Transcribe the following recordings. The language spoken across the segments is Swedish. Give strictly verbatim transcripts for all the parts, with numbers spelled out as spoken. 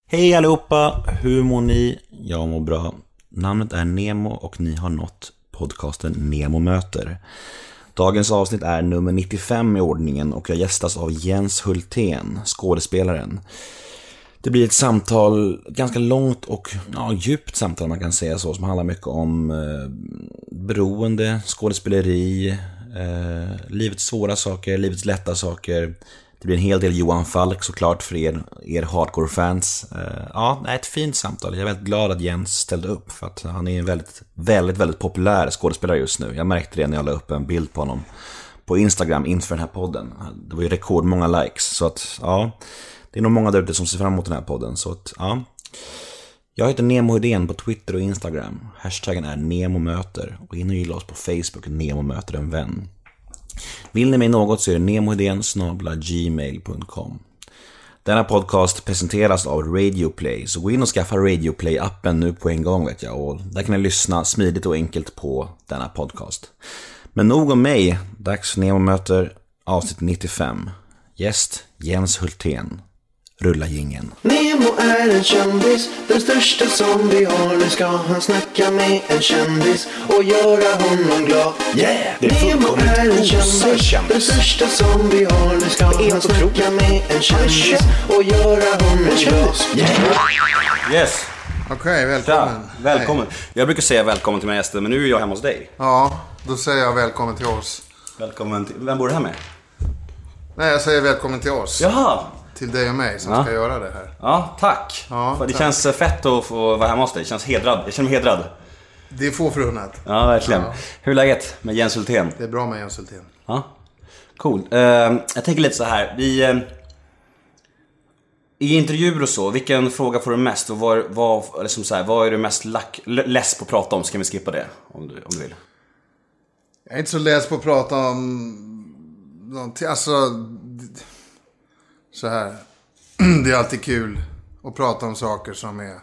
Hej allihopa, hur mår ni? Jag mår bra. Namnet är Nemo och ni har nått podcasten Nemo möter. Dagens avsnitt är nummer nittiofem i ordningen och jag gästas av Jens Hultén, skådespelaren. Det blir ett samtal, ett ganska långt och ja, djupt samtal man kan säga så, som handlar mycket om eh, beroende, skådespeleri, eh, livets svåra saker, livets lätta saker. Det blir en hel del Johan Falk såklart för er, er hardcore-fans. Uh, ja, det är ett fint samtal. Jag är väldigt glad att Jens ställde upp för att han är en väldigt, väldigt, väldigt populär skådespelare just nu. Jag märkte det när jag la upp en bild på honom på Instagram inför den här podden. Det var ju rekordmånga likes. Så att, ja, det är nog många där ute som ser fram emot den här podden. Så att, ja. Jag heter Nemo Hedén på Twitter och Instagram. Hashtaggen är Nemo möter. Och in och gilla oss på Facebook, Nemo möter en vän. Vill ni mig något så är det nemohedén snabel-a gmail punkt com. Denna podcast presenteras av Radioplay, så gå in och skaffa Radioplay-appen nu på en gång vet jag, och där kan ni lyssna smidigt och enkelt på denna podcast. Men nog om mig, dags för Nemo möter avsnitt nittiofem. Gäst Jens Hultén. Rulla jingeln. Nemo är en kändis, den största som vi har. Nu ska han snacka med en kändis och göra honom glad. Yeah! Nemo är en kändis, den största som vi har. Nu ska han snacka med en kändis och göra honom glad. Yeah! Yes. Okej, okay, välkommen. Ja, välkommen. Hej. Jag brukar säga välkommen till mina gäster, men nu är jag hemma hos dig. Ja, då säger jag välkommen till oss. Välkommen till... Vem bor du här med? Nej, jag säger välkommen till oss. Jaha. Till dig och mig som ja. ska göra det här. Ja, tack. Ja, det tack. Känns fett att få vara hemma hos dig. Det känns hedrad. Jag känner mig hedrad. Det är få förunnat. Ja, verkligen. Ja. Hur är läget med Jens Hultén? Det är bra med Jens Hultén. Ja, cool. Uh, jag tänker lite så här. Vi, uh, i intervjuer och så, vilken fråga får du mest? Och vad, vad, liksom så här, vad är du mest lack, less på att prata om? Ska vi skippa det om du, om du vill? Jag är inte så less på att prata om någonting. Alltså, så här. Det är alltid kul att prata om saker som är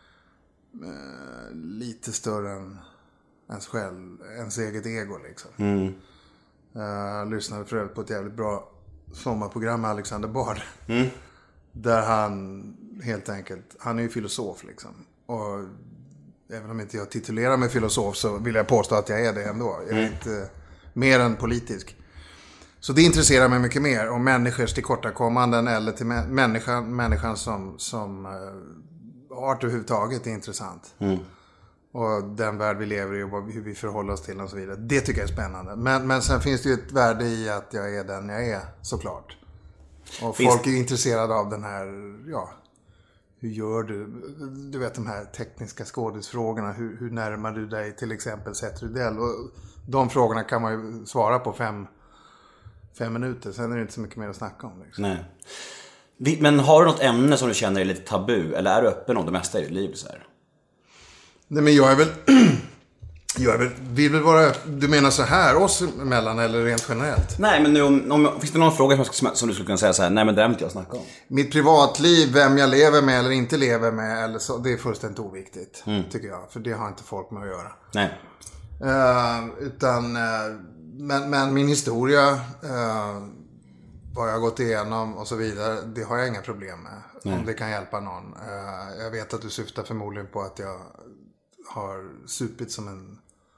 eh, lite större än ens själv, ens eget ego liksom. Mm. Jag lyssnade för övrigt på ett jävligt bra sommarprogram med Alexander Bard. Mm. Där han helt enkelt, han är ju filosof liksom. Och även om inte jag titulerar mig filosof så vill jag påstå att jag är det ändå. Jag är mm. inte mer än politisk. Så det intresserar mig mycket mer om människors tillkortakommanden eller till mä- människan, människan som, som uh, art överhuvudtaget är intressant. Mm. Och den värld vi lever i och vad, hur vi förhåller oss till och så vidare. Det tycker jag är spännande. Men, men sen finns det ju ett värde i att jag är den jag är, såklart. Och finns... folk är intresserade av den här, ja, hur gör du? Du vet de här tekniska skådisfrågorna. Hur, hur närmar du dig till exempel Seth Rydell? Och de frågorna kan man ju svara på fem... Fem minuter, sen är det inte så mycket mer att snacka om. Liksom. Nej. Men har du något ämne som du känner är lite tabu? Eller är du öppen om det mesta i ditt liv? Så här? Nej, men jag är väl... jag är väl, vill väl vara... Du menar så här, oss emellan eller rent generellt? Nej, men nu om, om, finns det någon fråga som, som du skulle kunna säga så här? Nej, men det är inte jag snacka om. Mitt privatliv, vem jag lever med eller inte lever med, eller så, det är fullständigt oviktigt, mm. tycker jag. För det har inte folk med att göra. Nej. Uh, utan... Uh, Men, men min historia, eh, vad jag har gått igenom och så vidare, det har jag inga problem med. Nej. Om det kan hjälpa någon. Eh, jag vet att du syftar förmodligen på att jag har supit som en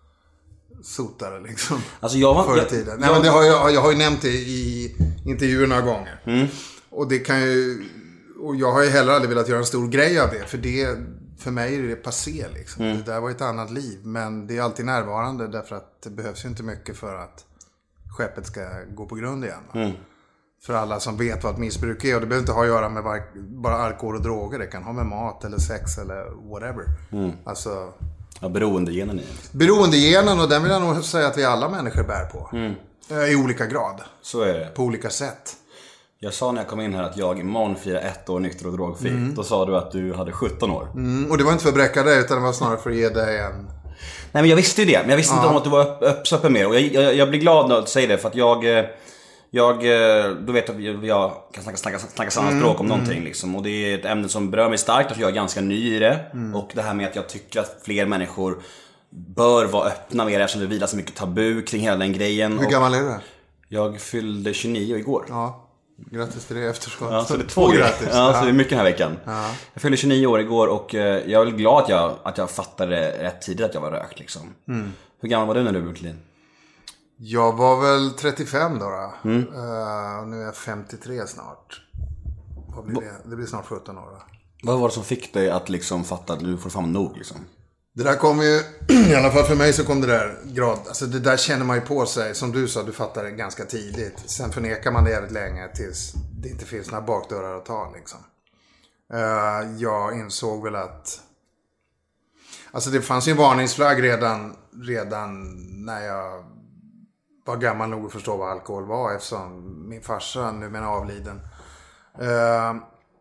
sotare liksom. Alltså jag var... Förr i jag, tiden. jag, Nej, men det har jag, jag har ju nämnt det i intervjuer några gånger. Mm. Och det kan ju... Och jag har ju heller aldrig velat göra en stor grej av det. För det... För mig är det passé liksom. Mm. Det där var ett annat liv. Men det är alltid närvarande. Därför att det behövs ju inte mycket för att skeppet ska gå på grund igen. Mm. För alla som vet vad ett missbruk är. Och det behöver inte ha att göra med bara alkohol och droger. Det kan ha med mat eller sex eller whatever. Mm. Alltså... Ja, beroendegenen i. Beroendegenen, och den vill jag nog säga att vi alla människor bär på. Mm. I olika grad. Så är det. På olika sätt. Jag sa när jag kom in här att jag imorgon firar ett år nykter och drogfri. Mm. Då sa du att du hade sjutton år. Mm, och det var inte för att bräcka dig, utan det var snarare för att ge dig en... Nej, men jag visste ju det. Men jag visste ja. inte om att du var upp, upp, så öppen med. Och jag, jag, jag blir glad när du säger det. För att jag... jag då vet jag att jag kan snacka, snacka, snacka samma mm, språk om mm. någonting. Liksom. Och det är ett ämne som berör mig starkt. Att jag är ganska ny i det. Mm. Och det här med att jag tycker att fler människor bör vara öppna med det. Eftersom det vilar så mycket tabu kring hela den grejen. Hur gammal är du? Jag fyllde tjugonio igår. Ja. Grattis till det efterskott. Ja, så det är två grattis. Ja, ja, så det är mycket den här veckan. Ja. Jag fyllde tjugonio år igår och jag är väl glad att jag, att jag fattade rätt tidigt att jag var rökt liksom. Mm. Hur gammal var du när du blev clean? Jag var väl trettiofem då. då. Mm. Uh, nu är jag femtiotre snart. Vad blir det? Det blir snart sjutton år då. Vad var det som fick dig att liksom fatta att du får fan nog liksom? Det där kom ju, i alla fall för mig så kom det där grad, alltså det där känner man ju på sig, som du sa, du fattar det ganska tidigt. Sen förnekar man det jävligt länge tills det inte finns några bakdörrar att ta liksom. Uh, jag insåg väl att, alltså det fanns ju en varningsflagg redan, redan när jag var gammal nog att förstå vad alkohol var, eftersom min farsa, nu men avliden, uh,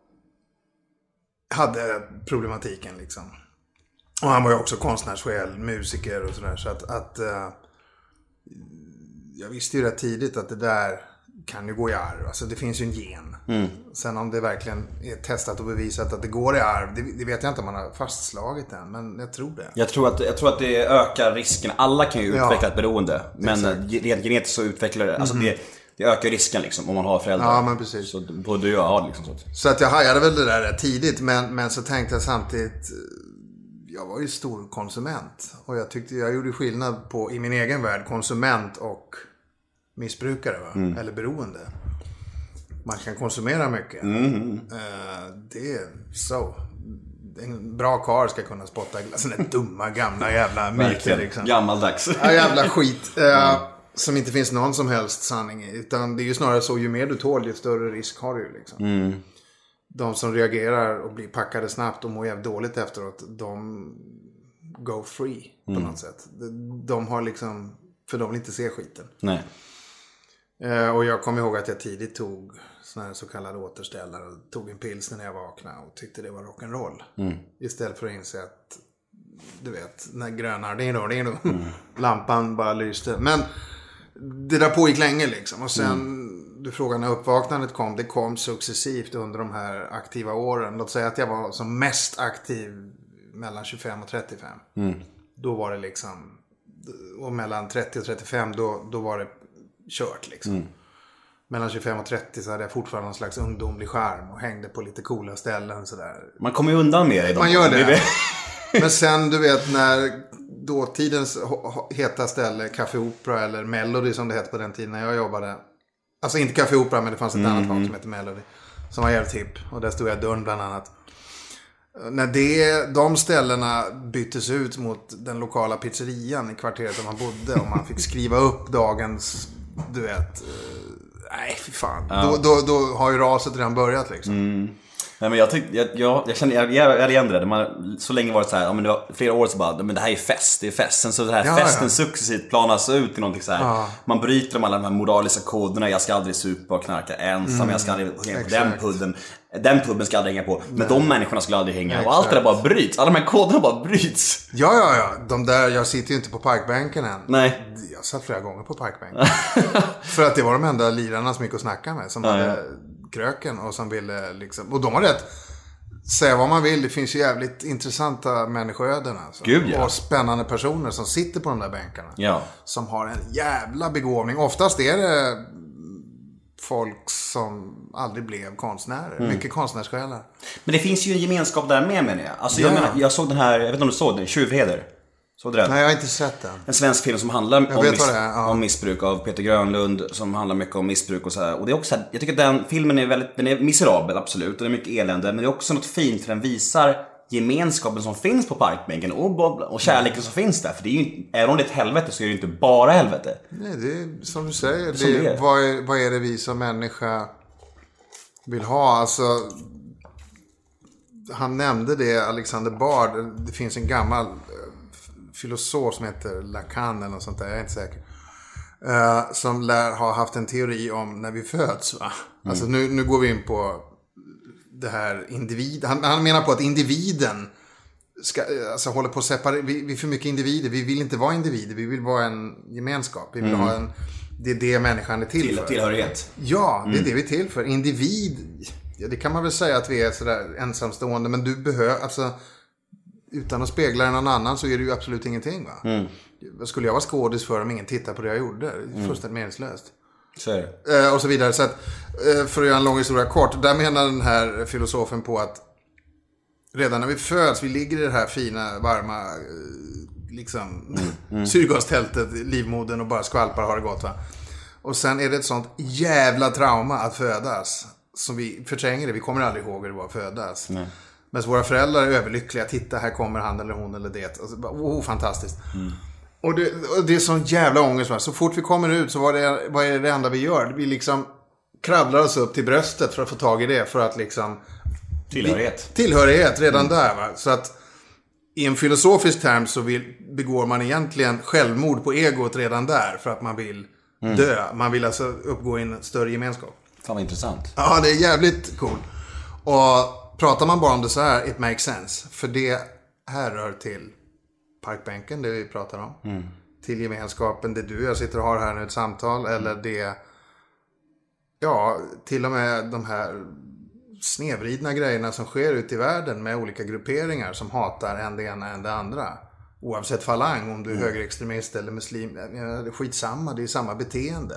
hade problematiken liksom. Och han var ju också konstnärssjäl, musiker och sådär. Så att, att uh, jag visste ju rätt tidigt att det där kan ju gå i arv. Alltså det finns ju en gen. Mm. Sen om det verkligen är testat och bevisat att det går i arv, det, det vet jag inte om man har fastslagit än. Men jag tror det. Jag tror att, jag tror att det ökar risken. Alla kan ju utveckla ja, ett beroende. Men exakt. Rent genetiskt så utvecklar det. Alltså mm. det, det ökar risken liksom om man har föräldrar. Ja, men precis. Så både jag har liksom så. Så att jag hajade väl det där rätt tidigt. Men, men så tänkte jag samtidigt... Jag var ju stor konsument och jag tyckte jag gjorde skillnad på i min egen värld konsument och missbrukare va? Mm. Eller beroende. Man kan konsumera mycket. Mm. Uh, det är så. En bra karl ska kunna spotta sådana där dumma gamla jävla myter liksom. Gammaldags. Ja, jävla skit. Uh, mm. Som inte finns någon som helst sanning i. Utan det är ju snarare så, ju mer du tål ju större risk har du liksom. Mm. De som reagerar och blir packade snabbt och mår jävligt dåligt efteråt, de go free på mm. något sätt. De, de har liksom, för de vill inte se skiten. Nej. Eh, och jag kommer ihåg att jag tidigt tog såna här så kallade återställare och tog en pilsner när jag vaknade och tyckte det var rock'n'roll. Mm. Istället för att inse att, du vet, när gröna, det är då, det är då. Mm. Lampan bara lyste. Men det där pågick länge liksom. Och sen... Mm. Du frågar när uppvaknandet kom. Det kom successivt under de här aktiva åren. Låt säga att jag var som mest aktiv mellan tjugofem och trettiofem. Mm. Då var det liksom... Och mellan trettio och trettiofem då, då var det kört liksom. Mm. Mellan tjugofem och trettio så hade jag fortfarande någon slags ungdomlig charm. Och hängde på lite coola ställen sådär. Man kommer ju undan med det. Man gör det. Men sen du vet när dåtidens heta ställe, Café Opera eller Melody som det hette på den tiden när jag jobbade... Alltså inte Café Opera, men det fanns ett mm. annat hak som heter Melody. Som var jävligt hipp. Och där stod jag dörren bland annat. När det, de ställena byttes ut mot den lokala pizzerian i kvarteret där man bodde. Och man fick skriva upp dagens, du vet... Uh, nej, fy fan. Ja. Då, då, då har ju raset redan börjat liksom. Mm. Nej, men jag tyckte, jag, jag, jag kände, jag, jag, jag igen det. Man, så länge var det så här, ja, men det var flera år så bara, men det här är fest, det är fest. Sen så det här ja, festen ja. successivt planas ut till någonting så här. Ja. Man bryter om alla de här moraliska koderna. Jag ska aldrig supa och knarka ensam, mm. jag ska aldrig hänga på den pubben. Den pubben ska aldrig hänga på. Men Nej. de människorna skulle aldrig hänga. Exakt. Och allt det där bara bryts. Alla de här koderna bara bryts. Ja, ja, ja. De där, jag sitter ju inte på parkbänken än. Nej. Jag satt flera gånger på parkbänken. För att det var de enda lirarna som gick och snackade med. Som ja, hade ja. kröken och som ville liksom... Och de har rätt... Säga vad man vill, det finns ju jävligt intressanta människoöden alltså. Gud, ja. Och spännande personer som sitter på de där bänkarna. Ja. Som har en jävla begåvning. Oftast är det folk som aldrig blev konstnärer. Mm. Mycket konstnärssjälar. Men det finns ju en gemenskap där med, menar jag. Alltså, jag, ja. menar, jag såg den här, jag vet inte om du såg den, Tjuvheder. Såg du den? Nej, jag har inte sett den. En svensk film som handlar om, miss, ja. om missbruk av Peter Grönlund. Som handlar mycket om missbruk och så här. Och det är också, jag tycker att den filmen är väldigt, den är miserabel, absolut. Och det är mycket elände. Men det är också något fint för den visar gemenskapen som finns på parkbänken. Och, och kärleken som finns där. För det är ju, även om det är ett helvete så är det ju inte bara helvete. Nej, det är som du säger. Det, det är. Vad, är, vad är det vi som människa vill ha? Alltså... Han nämnde det, Alexander Bard. Det finns en gammal... filosof som heter Lacan eller något sånt där, jag är inte säker. Uh, som lär ha haft en teori om när vi föds, va? Mm. Alltså nu, nu går vi in på det här individ. Han, han menar på att individen ska, alltså håller på att separera. Vi, vi är för mycket individer. Vi vill inte vara individer. Vi vill vara en gemenskap. Vi vill mm. ha en, det är det människan är till, till för. Tillhörighet. Ja, det är mm. det vi är till för. Individ, ja, det kan man väl säga att vi är sådär ensamstående. Men du behöver, alltså... Utan att spegla någon annan så är det ju absolut ingenting, va? Mm. Vad skulle jag vara skådis för om ingen tittar på det jag gjorde? Det är fullständigt mm. meningslöst. Så är det. Eh, och så vidare. Så att, eh, för att göra en lång historia kort. Där menar den här filosofen på att redan när vi föds, vi ligger i det här fina, varma eh, liksom mm. Mm. syrgastältet, livmodern och bara skvalpar och har det gott, va? Och sen är det ett sånt jävla trauma att födas. Som vi förtränger det. Vi kommer aldrig ihåg hur det var att födas. Nej. Men våra föräldrar är överlyckliga. Titta, här kommer han eller hon eller det. Och så, oh, fantastiskt. Mm. Och, det, och det är sån jävla ångest. Va? Så fort vi kommer ut så var det, vad är det, det enda vi gör? Vi liksom kravlar oss upp till bröstet för att få tag i det. För att liksom... Tillhörighet. Vi, tillhörighet redan mm. där. Va? Så att i en filosofisk term så vill, begår man egentligen självmord på egot redan där. För att man vill mm. dö. Man vill alltså uppgå i en större gemenskap. Fan vad intressant. Ja, det är jävligt cool. Och pratar man bara om det så här, it makes sense. För det här rör till parkbänken, det vi pratar om. Mm. Till gemenskapen, det du och jag sitter och har här nu, ett samtal. Mm. Eller det, ja, till och med de här snedvridna grejerna som sker ute i världen med olika grupperingar som hatar en det ena än det andra. Oavsett falang, om du är mm. högerextremist eller muslim, det är skitsamma, det är samma beteende.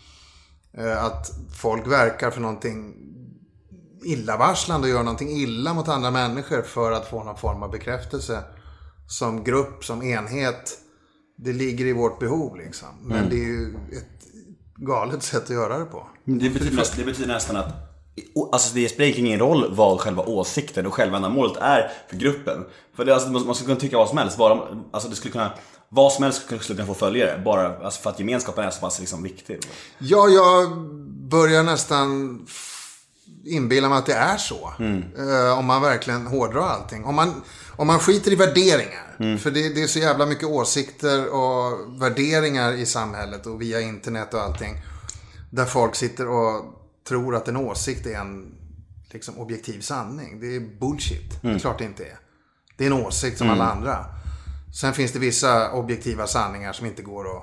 Att folk verkar för någonting illavarslande och gör någonting illa mot andra människor för att få någon form av bekräftelse som grupp, som enhet. Det ligger i vårt behov liksom. Men mm. det är ju ett galet sätt att göra det på. Det betyder, det betyder nästan att alltså det spelar ingen roll vad själva åsikten och själva ändamålet är för gruppen. För det, alltså, man skulle kunna tycka vad som helst. Bara, alltså det skulle kunna, vad som helst skulle kunna få följare. Bara alltså för att gemenskapen är så pass liksom viktig. Ja, jag börjar nästan inbilla mig att det är så. Mm. Uh, om man verkligen hårdrar allting. Om man, om man skiter i värderingar. Mm. För det, det är så jävla mycket åsikter och värderingar i samhället och via internet och allting. Där folk sitter och tror att en åsikt är en liksom, objektiv sanning. Det är bullshit. Mm. Det är klart det inte är. Det är en åsikt som mm. alla andra. Sen finns det vissa objektiva sanningar som inte går att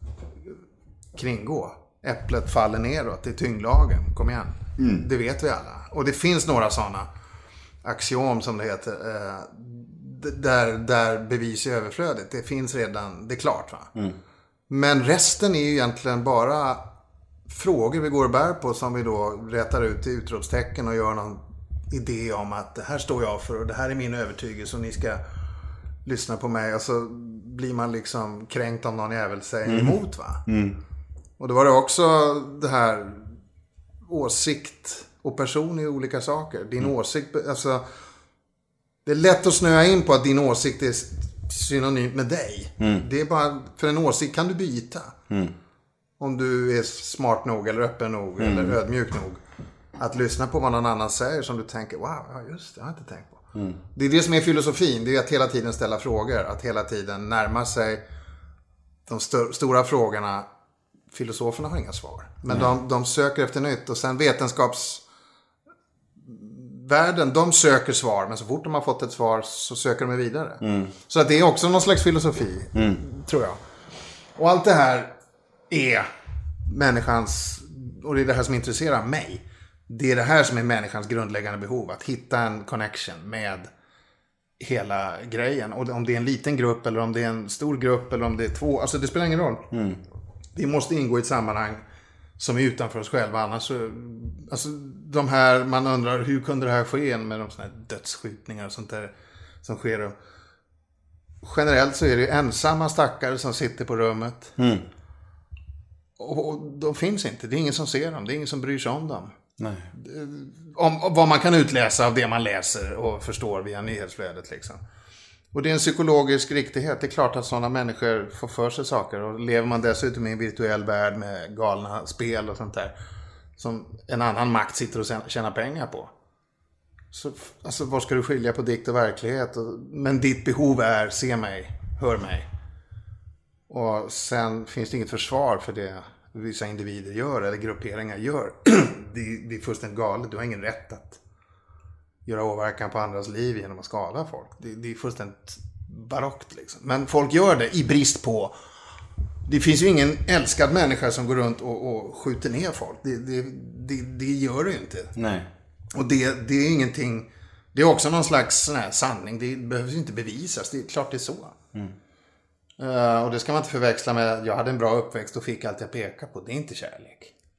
kringgå. Äpplet faller neråt, det är tyngdlagen. Kom igen. Mm. Det vet vi alla. Och det finns några sådana axiom som det heter. Eh, där, där bevis är överflödigt. Det finns redan, det är klart va. Mm. Men resten är ju egentligen bara frågor vi går och bär på som vi då rätar ut i utropstecken och gör någon idé om att det här står jag för och det här är min övertygelse och ni ska lyssna på mig och så blir man liksom kränkt om någon jävel säger mm. emot va. Mm. Och då var det också det här åsikt och person i olika saker. Din mm. åsikt, alltså det är lätt att snöa in på att din åsikt är synonymt med dig. Mm. Det är bara, för en åsikt kan du byta. Mm. Om du är smart nog eller öppen nog mm. eller ödmjuk nog att lyssna på vad någon annan säger som du tänker, wow, ja just det, jag har inte tänkt på. Mm. Det är det som är filosofin, det är att hela tiden ställa frågor, att hela tiden närma sig de st- stora frågorna. Filosoferna har inga svar, men de, de söker efter nytt och sen vetenskapsvärlden, de söker svar, men så fort de har fått ett svar så söker de vidare. Mm. Så att det är också någon slags filosofi, mm. tror jag. Och allt det här är människans, och det är det här som intresserar mig. Det är det här som är människans grundläggande behov. Att hitta en connection med hela grejen. Och om det är en liten grupp eller om det är en stor grupp eller om det är två. Alltså det spelar ingen roll. Mm. Vi måste ingå i ett sammanhang som är utanför oss själva. Annars så, alltså de här, man undrar hur kunde det här ske med de såna här dödsskjutningar och sånt där som sker. Generellt så är det ensamma stackare som sitter på rummet. Mm. Och de finns inte. Det är ingen som ser dem. Det är ingen som bryr sig om dem. Nej. Om, om vad man kan utläsa av det man läser och förstår via nyhetsflödet liksom. Och det är en psykologisk riktighet. Det är klart att sådana människor får för sig saker. Och lever man dessutom i en virtuell värld med galna spel och sånt där som en annan makt sitter och tjänar pengar på. Så alltså, vad ska du skilja på dikt och verklighet? Och, men ditt behov är, se mig, hör mig. Och sen finns det inget försvar för det vissa individer gör eller grupperingar gör. det, det är fullständigt galet. Du har ingen rätt att göra åverkan på andras liv genom att skada folk. Det, det är fullständigt barockt liksom. Men folk gör det i brist på. Det finns ju ingen älskad människa som går runt och, och skjuter ner folk. Det, det, det, det gör det ju inte. Nej. Och det, det är ingenting. Det är också någon slags sån här sanning. Det behövs ju inte bevisas. Det är klart det är så. Mm. Uh, och det ska man inte förväxla med. Jag hade en bra uppväxt och fick allt jag pekar på. Det är inte kärlek.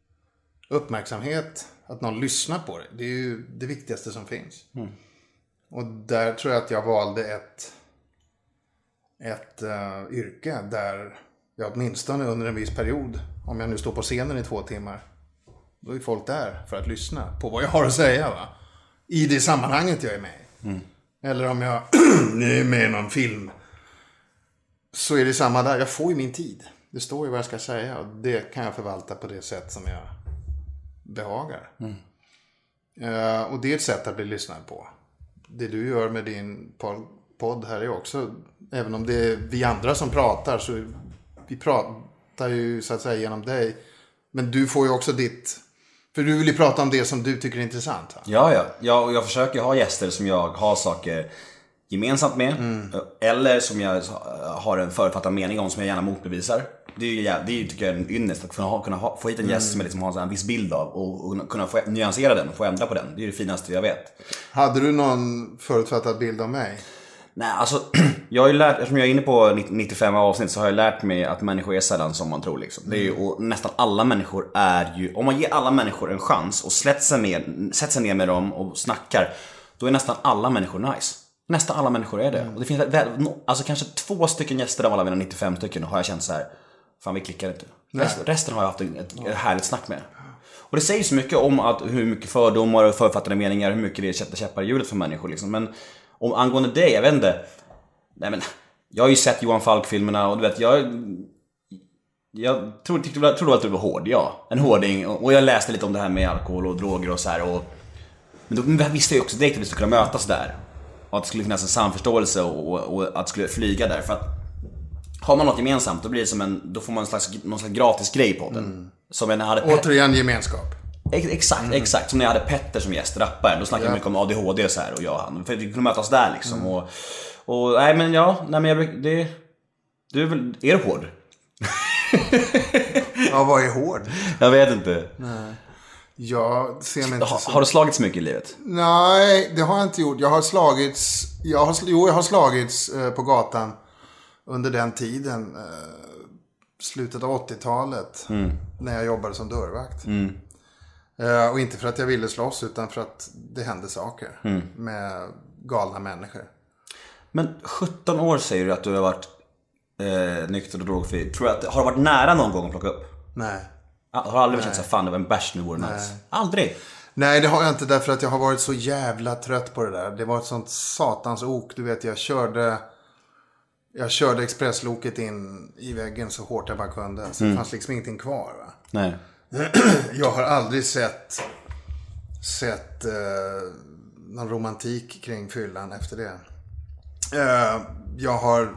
uppmärksamhet, att någon lyssnar på det. Det är ju det viktigaste som finns. Mm. Och där tror jag att jag valde ett, ett uh, yrke där jag åtminstone under en viss period, om jag nu står på scenen i två timmar, då är folk där för att lyssna på vad jag har att säga, va? I det sammanhanget jag är med. Mm. Eller om jag är med i någon film, så är det samma där. Jag får ju min tid. Det står ju vad jag ska säga, och det kan jag förvalta på det sätt som jag behagar. Mm. Uh, och det är ett sätt att bli lyssnad på. Det du gör med din podd här är också, även om det är vi andra som pratar, så vi pratar ju så att säga genom dig. Men du får ju också ditt, för du vill ju prata om det som du tycker är intressant. Va? Ja, ja. Jag, jag försöker ha gäster som jag har saker gemensamt med. Mm. Eller som jag har en förutfattad mening om, som jag gärna motbevisar. Det är ju, det är ju tycker jag, en ynnest att kunna, ha, kunna ha, få hit en gäst mm. som jag liksom har en viss bild av. Och, och kunna få nyansera den och få ändra på den. Det är det finaste jag vet. Hade du någon förutfattad bild av mig? Nej, alltså jag har ju lärt, eftersom jag är inne på nittiofem avsnitt, så har jag lärt mig att människor är sällan som man tror liksom. Det är ju, och nästan alla människor är ju, om man ger alla människor en chans och sätter sig ner, sätter sig ner med dem och snackar, då är nästan alla människor nice. Nästan alla människor är det. Mm. Och det finns alltså kanske två stycken gäster av alla mina nittiofem stycken, och har jag känt så här, fan vi klickar inte. Resten, resten har jag haft ett, ett härligt snack med. Och det säger så mycket om att hur mycket fördomar och författade meningar, hur mycket det sätter käppar i hjulet för människor liksom. Men om angående dig, jag vet inte. Nej men, jag har ju sett Johan Falk-filmerna, och du vet, jag jag tror, tyckte, tror att du var hård, ja. En hårding, och jag läste lite om det här med alkohol och droger och så här, och men då visste jag också direkt att vi skulle kunna mötas där. Och att det skulle finnas en samförståelse, och, och, och att det skulle flyga där. För att har man något gemensamt, då blir det som en, då får man en slags, någon slags gratis grej på den. Mm. Som jag hade återigen gemenskap. Exakt, mm. exakt. Som när jag hade Petter som gäst, rappare. Då snackade jag ja. mycket om A D H D och så här, och jag han. För att vi kunde mötas där liksom. Mm. Och, och nej men ja, nej men jag det, du är väl, är du hård? Ja, vad är hård? Jag vet inte. Nej. Jag ser mig inte ha, så... Har du slagits mycket i livet? Nej, det har jag inte gjort. Jag har slagits, jag har, jo, jag har slagits eh, på gatan under den tiden. Eh, slutet av åttiotalet. Mm. När jag jobbade som dörrvakt. Mm. Uh, och inte för att jag ville slåss, utan för att det hände saker mm. med galna människor. Men sjutton år säger du att du har varit eh, nykter och drogfri. Tror jag att, har du varit nära någon gång att plocka upp? Nej. Har aldrig känt så fan, det var en bärs nu vore nice? Aldrig? Nej, det har jag inte, därför att jag har varit så jävla trött på det där. Det var ett sånt satans ok. Du vet, jag körde Jag körde expressloket in i väggen så hårt jag bara kunde. Så mm. det fanns liksom ingenting kvar, va? Nej. Jag har aldrig sett sett eh, någon romantik kring fyllan efter det. Eh, jag har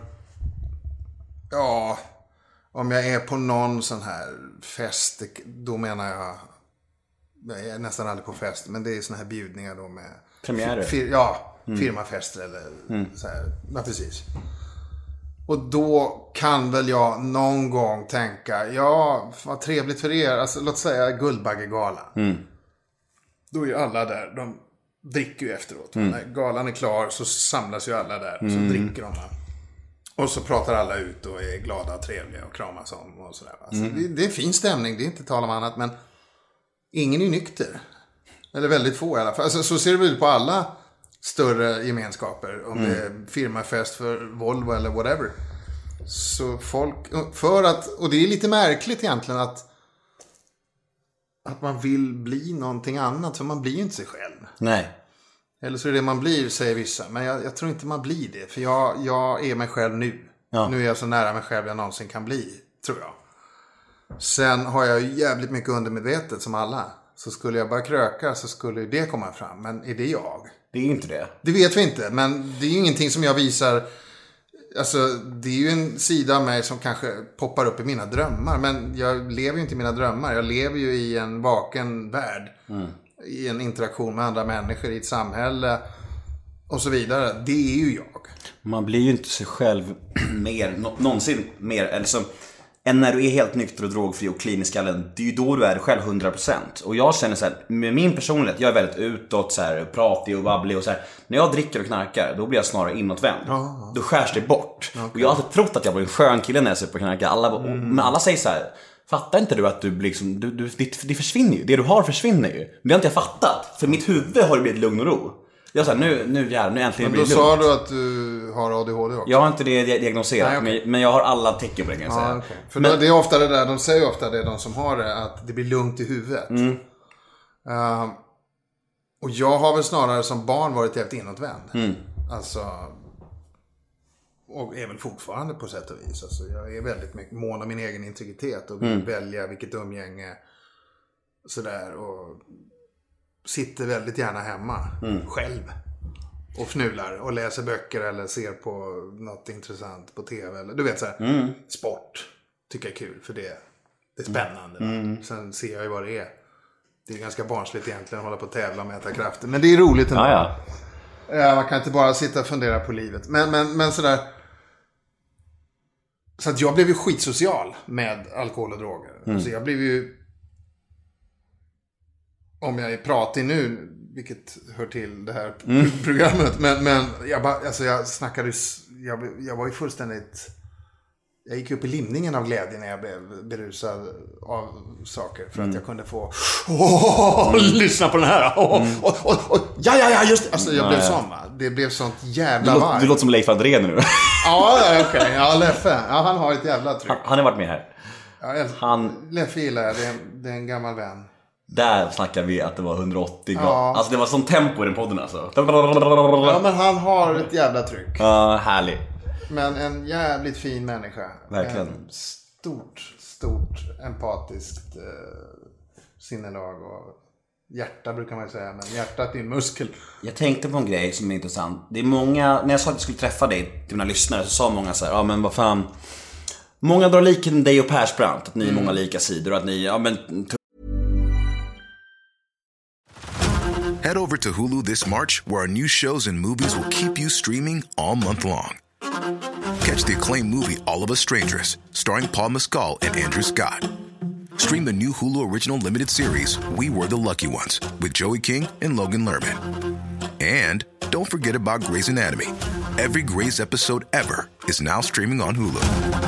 ja, om jag är på någon sån här fest, då menar jag jag är nästan aldrig på fest, men det är såna här bjudningar då med premiärer. Fir, ja, mm. firmafester eller mm. så här. Ja, precis. Och då kan väl jag någon gång tänka, ja, vad trevligt för er. Alltså, låt säga Guldbaggegalan. Mm. Då är ju alla där, de dricker ju efteråt. Mm. När galan är klar så samlas ju alla där, mm. så dricker de. Och så pratar alla ut och är glada och trevliga och kramas om och sådär. Alltså, mm. det, det är en fin stämning, det är inte tal om annat, men ingen är nykter. Eller väldigt få i alla fall. Alltså, så ser det väl ut på alla större gemenskaper, om mm. det är firmafest för Volvo eller whatever. Så folk, för att, och det är lite märkligt egentligen att att man vill bli någonting annat, för man blir ju inte sig själv. Nej. Eller så är det man blir, säger vissa, men jag, jag tror inte man blir det, för jag, jag är mig själv nu. Ja. Nu är jag så nära mig själv jag någonsin kan bli, tror jag. Sen har jag ju jävligt mycket undermedvetet som alla. Så skulle jag bara kröka så skulle det komma fram, men är det jag? Det är inte det. Det vet vi inte, men det är ju ingenting som jag visar. Alltså, det är ju en sida av mig som kanske poppar upp i mina drömmar. Men jag lever ju inte i mina drömmar. Jag lever ju i en vaken värld. Mm. I en interaktion med andra människor, i ett samhälle och så vidare. Det är ju jag. Man blir ju inte sig själv mer, nå- någonsin mer, eller som... än när du är helt nykter och drogfri och clean i skallen. Det är ju då du är själv hundra procent. Och jag känner så här, med min personlighet, jag är väldigt utåt så här, pratig och babblig och så här. När jag dricker och knarkar, då blir jag snarare inåtvänd. Oh. Då skärs det bort. Okay. Och jag har alltid trott att jag var en skön kille när jag super och knarkar. Alla, mm. Men alla säger så här, Fattar inte du att du liksom, du, du, det, det försvinner ju. Det du har försvinner ju. Det har inte jag fattat. För mitt huvud har det blivit lugn och ro. Jag sa nu, nu jävlar, nu äntligen blir det lugnt. Men då sa du att du har A D H D också? Jag har inte det diagnoserat, Nej, okay. Men jag har alla tecken på det, kan jag säga. Ja, okay. För men, det är ofta det där, de säger ofta det, de som har det, att det blir lugnt i huvudet. Mm. Uh, och jag har väl snarare som barn varit helt inåtvänd. Mm. Alltså, och är väl fortfarande på sätt och vis. Alltså, jag är väldigt mycket mån om min egen integritet och vill mm. välja vilket umgänge sådär, och sitter väldigt gärna hemma mm. själv och fnular och läser böcker eller ser på något intressant på tv eller du vet så här, mm. sport tycker jag är kul för det, det är spännande. Mm. Sen ser jag ju vad det är. Det är ganska barnsligt egentligen att hålla på och tävla med äta krafter, men det är roligt ändå. Ja, ja. Ja, man kan inte bara sitta och fundera på livet. Men, men, men sådär. Så att jag blev ju skitsocial med alkohol och droger. Mm. Alltså jag blev ju, om jag är pratig nu, vilket hör till det här mm. programmet, men, men jag, bara, alltså jag snackade, jag, jag var ju fullständigt, jag gick upp i limningen av glädje när jag blev berusad av saker, för mm. att jag kunde få åh, mm. lyssna på den här åh, mm. och, och, och, ja, ja, ja, just det. Alltså jag Nej. blev sån, va? Det blev sånt jävla du, varmt. låter, du låter som Leif Andrén nu. Ja, okej, okay. Ja, Leffe, ja, han har ett jävla tryck. Han, han har varit med här. Ja, jag, han... Leffe gillar jag, det är, det är en gammal vän. Där snackar vi att det var hundraåttio grader. Ja. Alltså det var sån tempo i den podden alltså. Ja, men han har ett jävla tryck. Ja, uh, härlig. Men en jävligt fin människa. Verkligen. En stort, stort empatiskt eh, sinnelag och hjärta brukar man säga. Men hjärtat är en muskel. Jag tänkte på en grej som är intressant. Det är många, när jag sa att jag skulle träffa dig till mina lyssnare, så sa många så här, ja men vad fan. Många drar liken dig och Persbrandt, att ni är mm. många lika sidor och att ni, ja men... Head over to Hulu this March, where our new shows and movies will keep you streaming all month long. Catch the acclaimed movie All of Us Strangers, starring Paul Mescal and Andrew Scott. Stream the new Hulu original limited series We Were the Lucky Ones with Joey King and Logan Lerman. And don't forget about Grey's Anatomy. Every Grey's episode ever is now streaming on Hulu.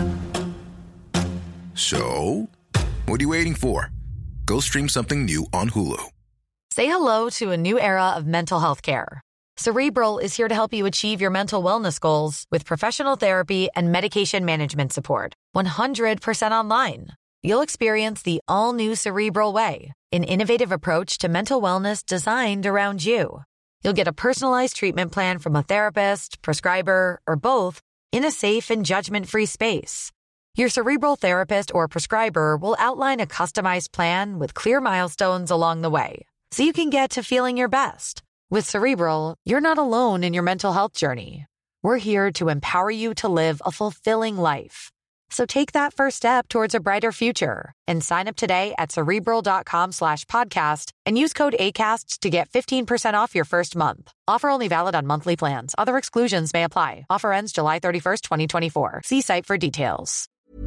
So, what are you waiting for? Go stream something new on Hulu. Say hello to a new era of mental health care. Cerebral is here to help you achieve your mental wellness goals with professional therapy and medication management support. one hundred percent online. You'll experience the all-new Cerebral Way, an innovative approach to mental wellness designed around you. You'll get a personalized treatment plan from a therapist, prescriber, or both in a safe and judgment-free space. Your Cerebral therapist or prescriber will outline a customized plan with clear milestones along the way, so you can get to feeling your best. With Cerebral, you're not alone in your mental health journey. We're here to empower you to live a fulfilling life. So take that first step towards a brighter future and sign up today at Cerebral.com slash podcast and use code ACAST to get fifteen percent off your first month. Offer only valid on monthly plans. Other exclusions may apply. Offer ends July thirty-first, twenty twenty-four. See site for details.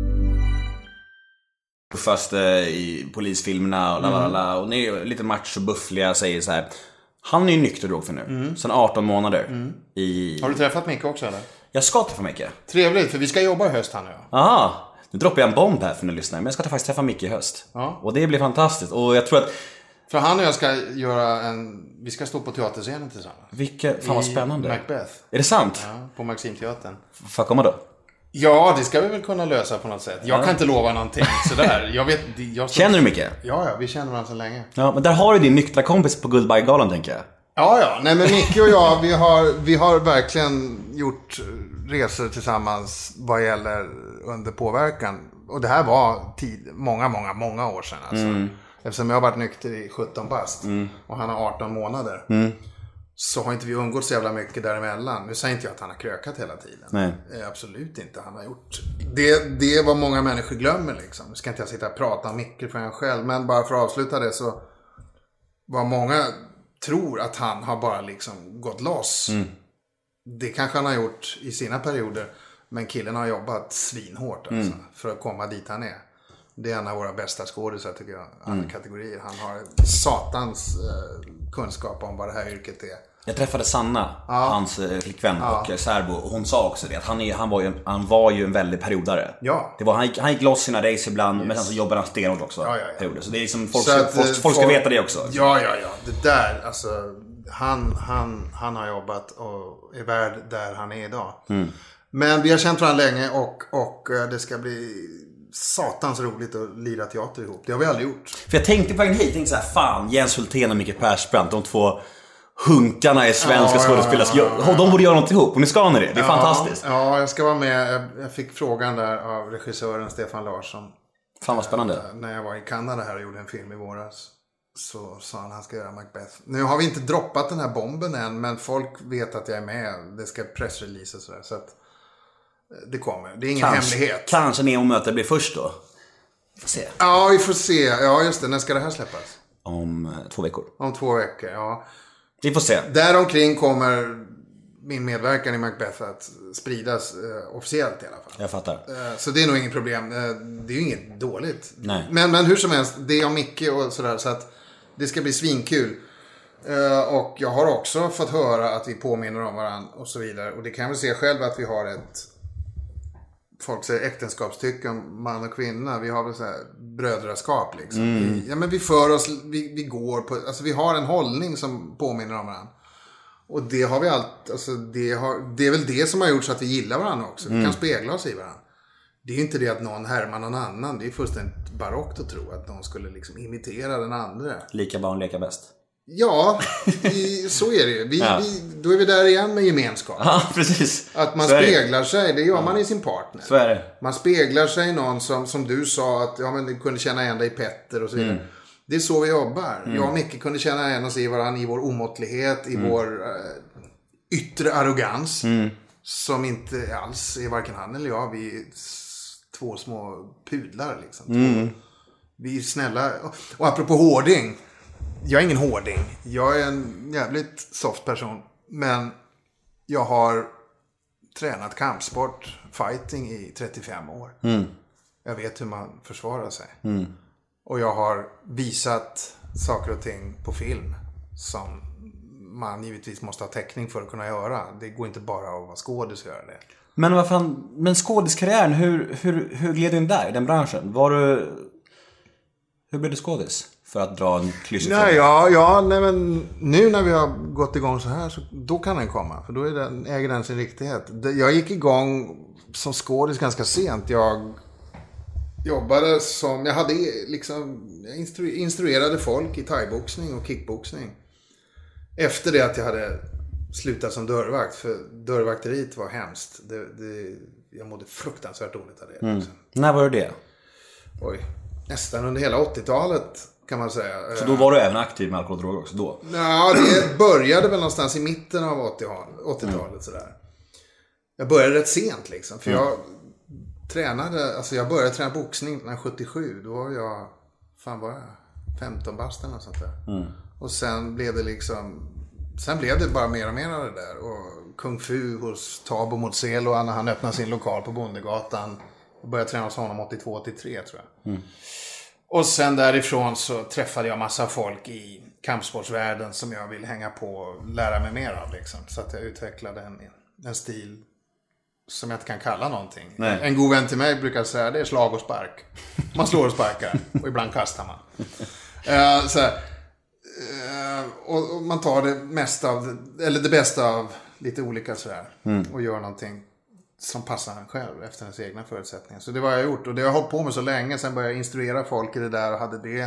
Fast eh, i polisfilmerna och lalala, mm. och ni är lite macho och buffliga, säger så här. Han är ju nykter drog för nu, mm. sen arton månader. Mm. I... Har du träffat Micke också eller? Jag ska träffa Micke. Trevligt, för vi ska jobba i höst här nu. Aha, nu droppar jag en bomb här för när lyssnar. Men jag ska faktiskt träffa Micke i höst. Ja. Och det blir fantastiskt. Och jag tror att... För han och jag ska göra en... Vi ska stå på teaterscenen tillsammans. Vilka... Fan vad spännande. Macbeth. Är det sant? Ja, på Maximteatern. Får jag komma då? Ja, det ska vi väl kunna lösa på något sätt. Jag ja. kan inte lova någonting sådär. Jag vet, jag står... Känner du Micke? Ja, ja, vi känner varandra så länge. Ja, men där har du din nyktra kompis på Goodbye-galan, tänker jag. Ja, ja. Nej, men Micke och jag, vi har, vi har verkligen gjort resor tillsammans vad gäller under påverkan. Och det här var tid, många, många, många år sedan. Alltså. Mm. Eftersom jag har varit nykter i sjutton bast mm. och han har arton månader. Mm. Så har inte vi umgått så jävla mycket däremellan. Nu säger inte jag att han har krökat hela tiden. Nej. Eh, absolut inte. Han har gjort det, det är vad många människor glömmer liksom. Nu ska inte jag sitta och prata om Micke för en själv. Men bara för att avsluta det så var många... tror att han har bara liksom gått loss. Mm. Det kanske han har gjort i sina perioder. Men killen har jobbat svinhårt alltså, mm. för att komma dit han är. Det är en av våra bästa skådespelare tycker jag. Alla mm. kategorier. Han har satans eh, kunskap om vad det här yrket är. Jag träffade Sanna, Ja. hans eh, flickvän Ja. och särbo, och hon sa också det att han, är, han, var, ju, han var ju en väldig periodare. Ja. Det var, han, gick, han gick loss sina race ibland, yes. Men sen så jobbade han stenhårt också. Ja, ja, ja. Perioder. Så det är liksom, folk, Så ska, att, folk, eh, folk ska folk- veta det också. Ja, ja, ja. Det där, alltså. Han, han, han har jobbat och är värd där han är idag. Mm. Men vi har känt varandra länge och, och eh, det ska bli satans roligt att lira teater ihop. Det har vi aldrig gjort. För jag tänkte på vägen hit, jag tänkte så här, fan, Jens Hultén och Micke Persbrandt, de två hunkarna i svenska Ja, ja, skådespelare. ja, ja, ja. De borde göra något ihop, och ni ska ni det. Det är Ja, fantastiskt. Ja, jag ska vara med. Jag, jag fick frågan där av regissören Stefan Larsson. Fan vad spännande. När jag var i Kanada här och gjorde en film i våras. Så sa han att han ska göra Macbeth. Nu har vi inte droppat den här bomben än. Men folk vet att jag är med. Det ska pressreleases och sådär. Så att det kommer. Det är ingen Kanske, hemlighet. kanske Nemo-mötet blir först då. Får se. Ja, vi får se. Ja, just det. När ska det här släppas? Om eh, två veckor. Om två veckor, ja. Vi får se. Däromkring kommer min medverkan i Macbeth att spridas eh, officiellt i alla fall. Jag fattar. Eh, Så det är nog inget problem. Eh, Det är ju inget dåligt. Nej. Men, men hur som helst, det är om Micke och sådär. Så att det ska bli svinkul. Eh, Och jag har också fått höra att vi påminner om varandra och så vidare. Och det kan jag väl se själv att vi har ett, folk säger äktenskapstycke om man och kvinna. Vi har väl så här brödraskap liksom. Vi, ja, men vi för oss, vi, vi går på, alltså vi har en hållning som påminner om varandra. Och det har vi allt, alltså det, har, det är väl det som har gjort så att vi gillar varandra också. Vi kan spegla oss i varandra. Det är ju inte det att någon härmar någon annan. Det är fullständigt barockt att tro att någon skulle liksom imitera den andra. Lika barn leka bäst. Ja, vi, så är det ju. Vi, Ja. vi, då är vi där igen med gemenskap. Ja, precis. Att man Så är det. speglar sig, det gör man i sin partner. Så är det. Man speglar sig i någon som, som du sa att ja, men du kunde känna igen dig i Petter och så vidare. Mm. Det är så vi jobbar. Jag och Micke kunde känna igen oss i varandra i vår omåttlighet, i Mm. vår eh, yttre arrogans. Som inte alls är varken han eller jag. Vi är s- två små pudlar liksom. Mm. Vi är snälla. Och, och apropå hårding. Jag är ingen hårding. Jag är en jävligt soft person. Men jag har tränat kampsport, fighting i trettiofem år. Jag vet hur man försvarar sig. Och jag har visat saker och ting på film som man givetvis måste ha täckning för att kunna göra. Det går inte bara att vara skådis och göra det. Men vad fan, men skådiskarriären, hur, hur, hur gled du in där i den branschen? Var du, hur blev du skådis? För att dra en klyschig Nej, fråga. ja, ja, nej, men nu när vi har gått igång så här, så då kan den komma. För då är den, äger den sin riktighet. Det- Jag gick igång som skådis ganska sent. Jag jobbade som, jag hade liksom, jag instru, instruerade folk i thaiboxning och kickboxning. Efter det att jag hade slutat som dörrvakt. För dörrvakteriet var hemskt. Det, det, jag mådde fruktansvärt dåligt av det. Liksom. När var det? Oj, nästan under hela åttiotalet kan man säga. Så då var du även aktiv med alkohol och droger också då? Ja, det började väl någonstans i mitten av åttiotalet sådär. Jag började rätt sent liksom. För jag tränade, alltså jag började träna boxning nittonhundrasjuttiosju. Då var jag, fan var jag, femton bast eller något sånt där. Och sen blev det liksom, sen blev det bara mer och mer av det där. Och kung fu hos Tabo Motzelo när han öppnade sin lokal på Bondegatan. Jag började träna hos honom åttiotvå åttiotre tror jag. Och sen därifrån så träffade jag massa folk i kampsportsvärlden som jag vill hänga på och lära mig mer av. Liksom. Så att jag utvecklade en, en stil som jag inte kan kalla någonting. Nej. En god vän till mig brukar säga det är slag och spark. Man slår och sparkar och ibland kastar man. Uh, så här, uh, och, och man tar det mesta av, eller det bästa av lite olika sådär. Mm. Och gör någonting som passar en själv efter ens egna förutsättningar. Så det var jag gjort. Och det har jag hållit på med så länge. Sen började jag instruera folk i det där och hade det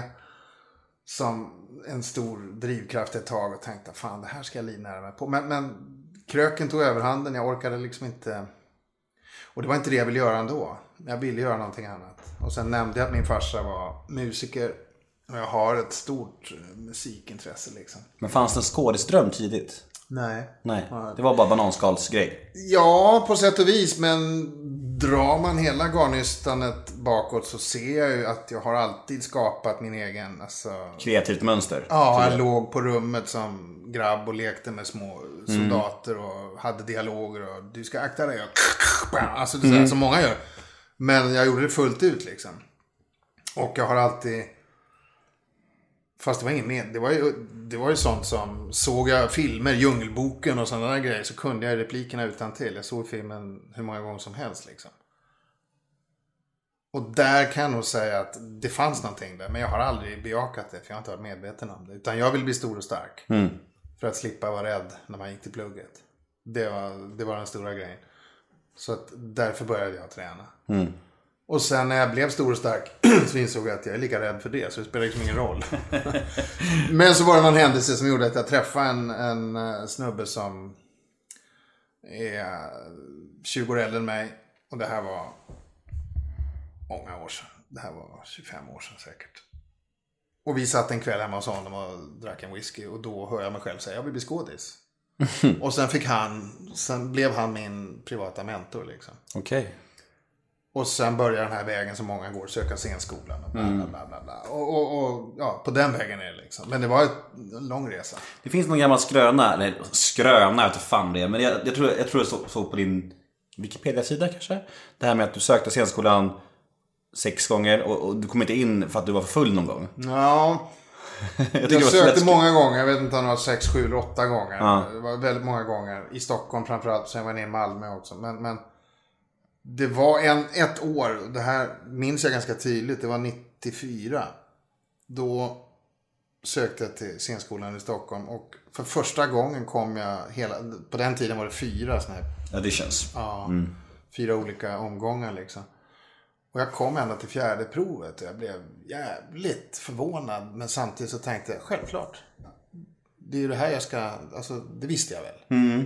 som en stor drivkraft ett tag. Och tänkte, fan det här ska jag livnära mig på. Men, men kröken tog överhanden. Jag orkade liksom inte. Och det var inte det jag ville göra ändå. Jag ville göra någonting annat. Och sen nämnde jag att min farsa var musiker. Och jag har ett stort musikintresse liksom. Men fanns det en skådisdröm tidigt? Nej. Nej, det var bara bananskalsgrej. Ja, på sätt och vis. Men drar man hela garnystanet bakåt så ser jag ju att jag har alltid skapat min egen... Alltså... Kreativt mönster. Ja, jag låg på rummet som grabb och lekte med små soldater och hade dialoger och du ska akta dig. Och... Alltså det är mm. som många gör. Men jag gjorde det fullt ut liksom. Och jag har alltid... Fast det var ingen med. Det var ju, det var ju sånt som, såg jag filmer, Djungelboken och sådana där grejer, så kunde jag replikerna utan till. Jag såg filmen hur många gånger som helst liksom. Och där kan jag nog säga att det fanns någonting där. Men jag har aldrig bejakat det, för jag har inte varit medveten om det. Utan jag vill bli stor och stark. Mm. För att slippa vara rädd när man gick till plugget. Det var, det var den stora grejen. Så att därför började jag träna. Mm. Och sen när jag blev stor och stark så insåg jag att jag är lika rädd för det. Så det spelar liksom ingen roll. Men så var det någon händelse som gjorde att jag träffade en, en snubbe som är tjugo år äldre än mig. Och det här var många år sedan. Det här var tjugofem år sedan säkert. Och vi satt en kväll hemma hos honom och drack en whisky. Och då hör jag mig själv säga, jag vill bli skådis. Och sen fick han, sen blev han min privata mentor liksom. Okej. Okay. Och sen börjar den här vägen som många går, söka scenskolan och bla bla bla bla, bla. Och, och, och ja, på den vägen är det liksom. Men det var en lång resa. Det finns någon gammal skröna, eller skröna, jag vet inte fan det är. Men jag, jag tror jag tror det så, så på din Wikipedia-sida kanske. Det här med att du sökte scenskolan sex gånger och, och du kom inte in för att du var för full någon gång. Ja, jag, jag sökte många gånger. Jag vet inte om det var sex, sju eller åtta gånger. Ja. Det var väldigt många gånger. I Stockholm framförallt, sen var jag ner i Malmö också. Men... men det var en, ett år, det här minns jag ganska tydligt, det var nittiofyra. Då sökte jag till scenskolan i Stockholm och för första gången kom jag hela, på den tiden var det fyra såna här. Auditions. Ja, mm. fyra olika omgångar liksom. Och jag kom ända till fjärde provet och jag blev jävligt förvånad, men samtidigt så tänkte jag, självklart. Det är ju det här jag ska, alltså det visste jag väl. Mm.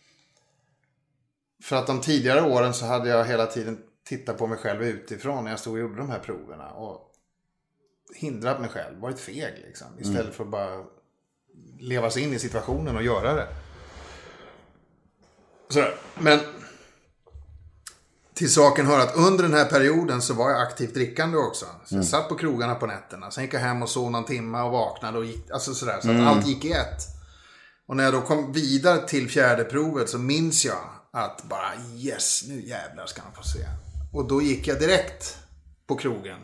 För att de tidigare åren så hade jag hela tiden tittat på mig själv utifrån när jag stod och gjorde de här proverna. Och hindrat mig själv, varit feg liksom. Istället mm. för att bara leva sig in i situationen och göra det. Sådär. Men till saken hör att under den här perioden så var jag aktivt drickande också. Så jag mm. satt på krogarna på nätterna. Sen gick jag hem och sov någon timme och vaknade och gick, alltså sådär. Så att mm. allt gick i ett. Och när jag då kom vidare till fjärde provet så minns jag att bara yes, nu jävlar ska man få se. Och då gick jag direkt på krogen.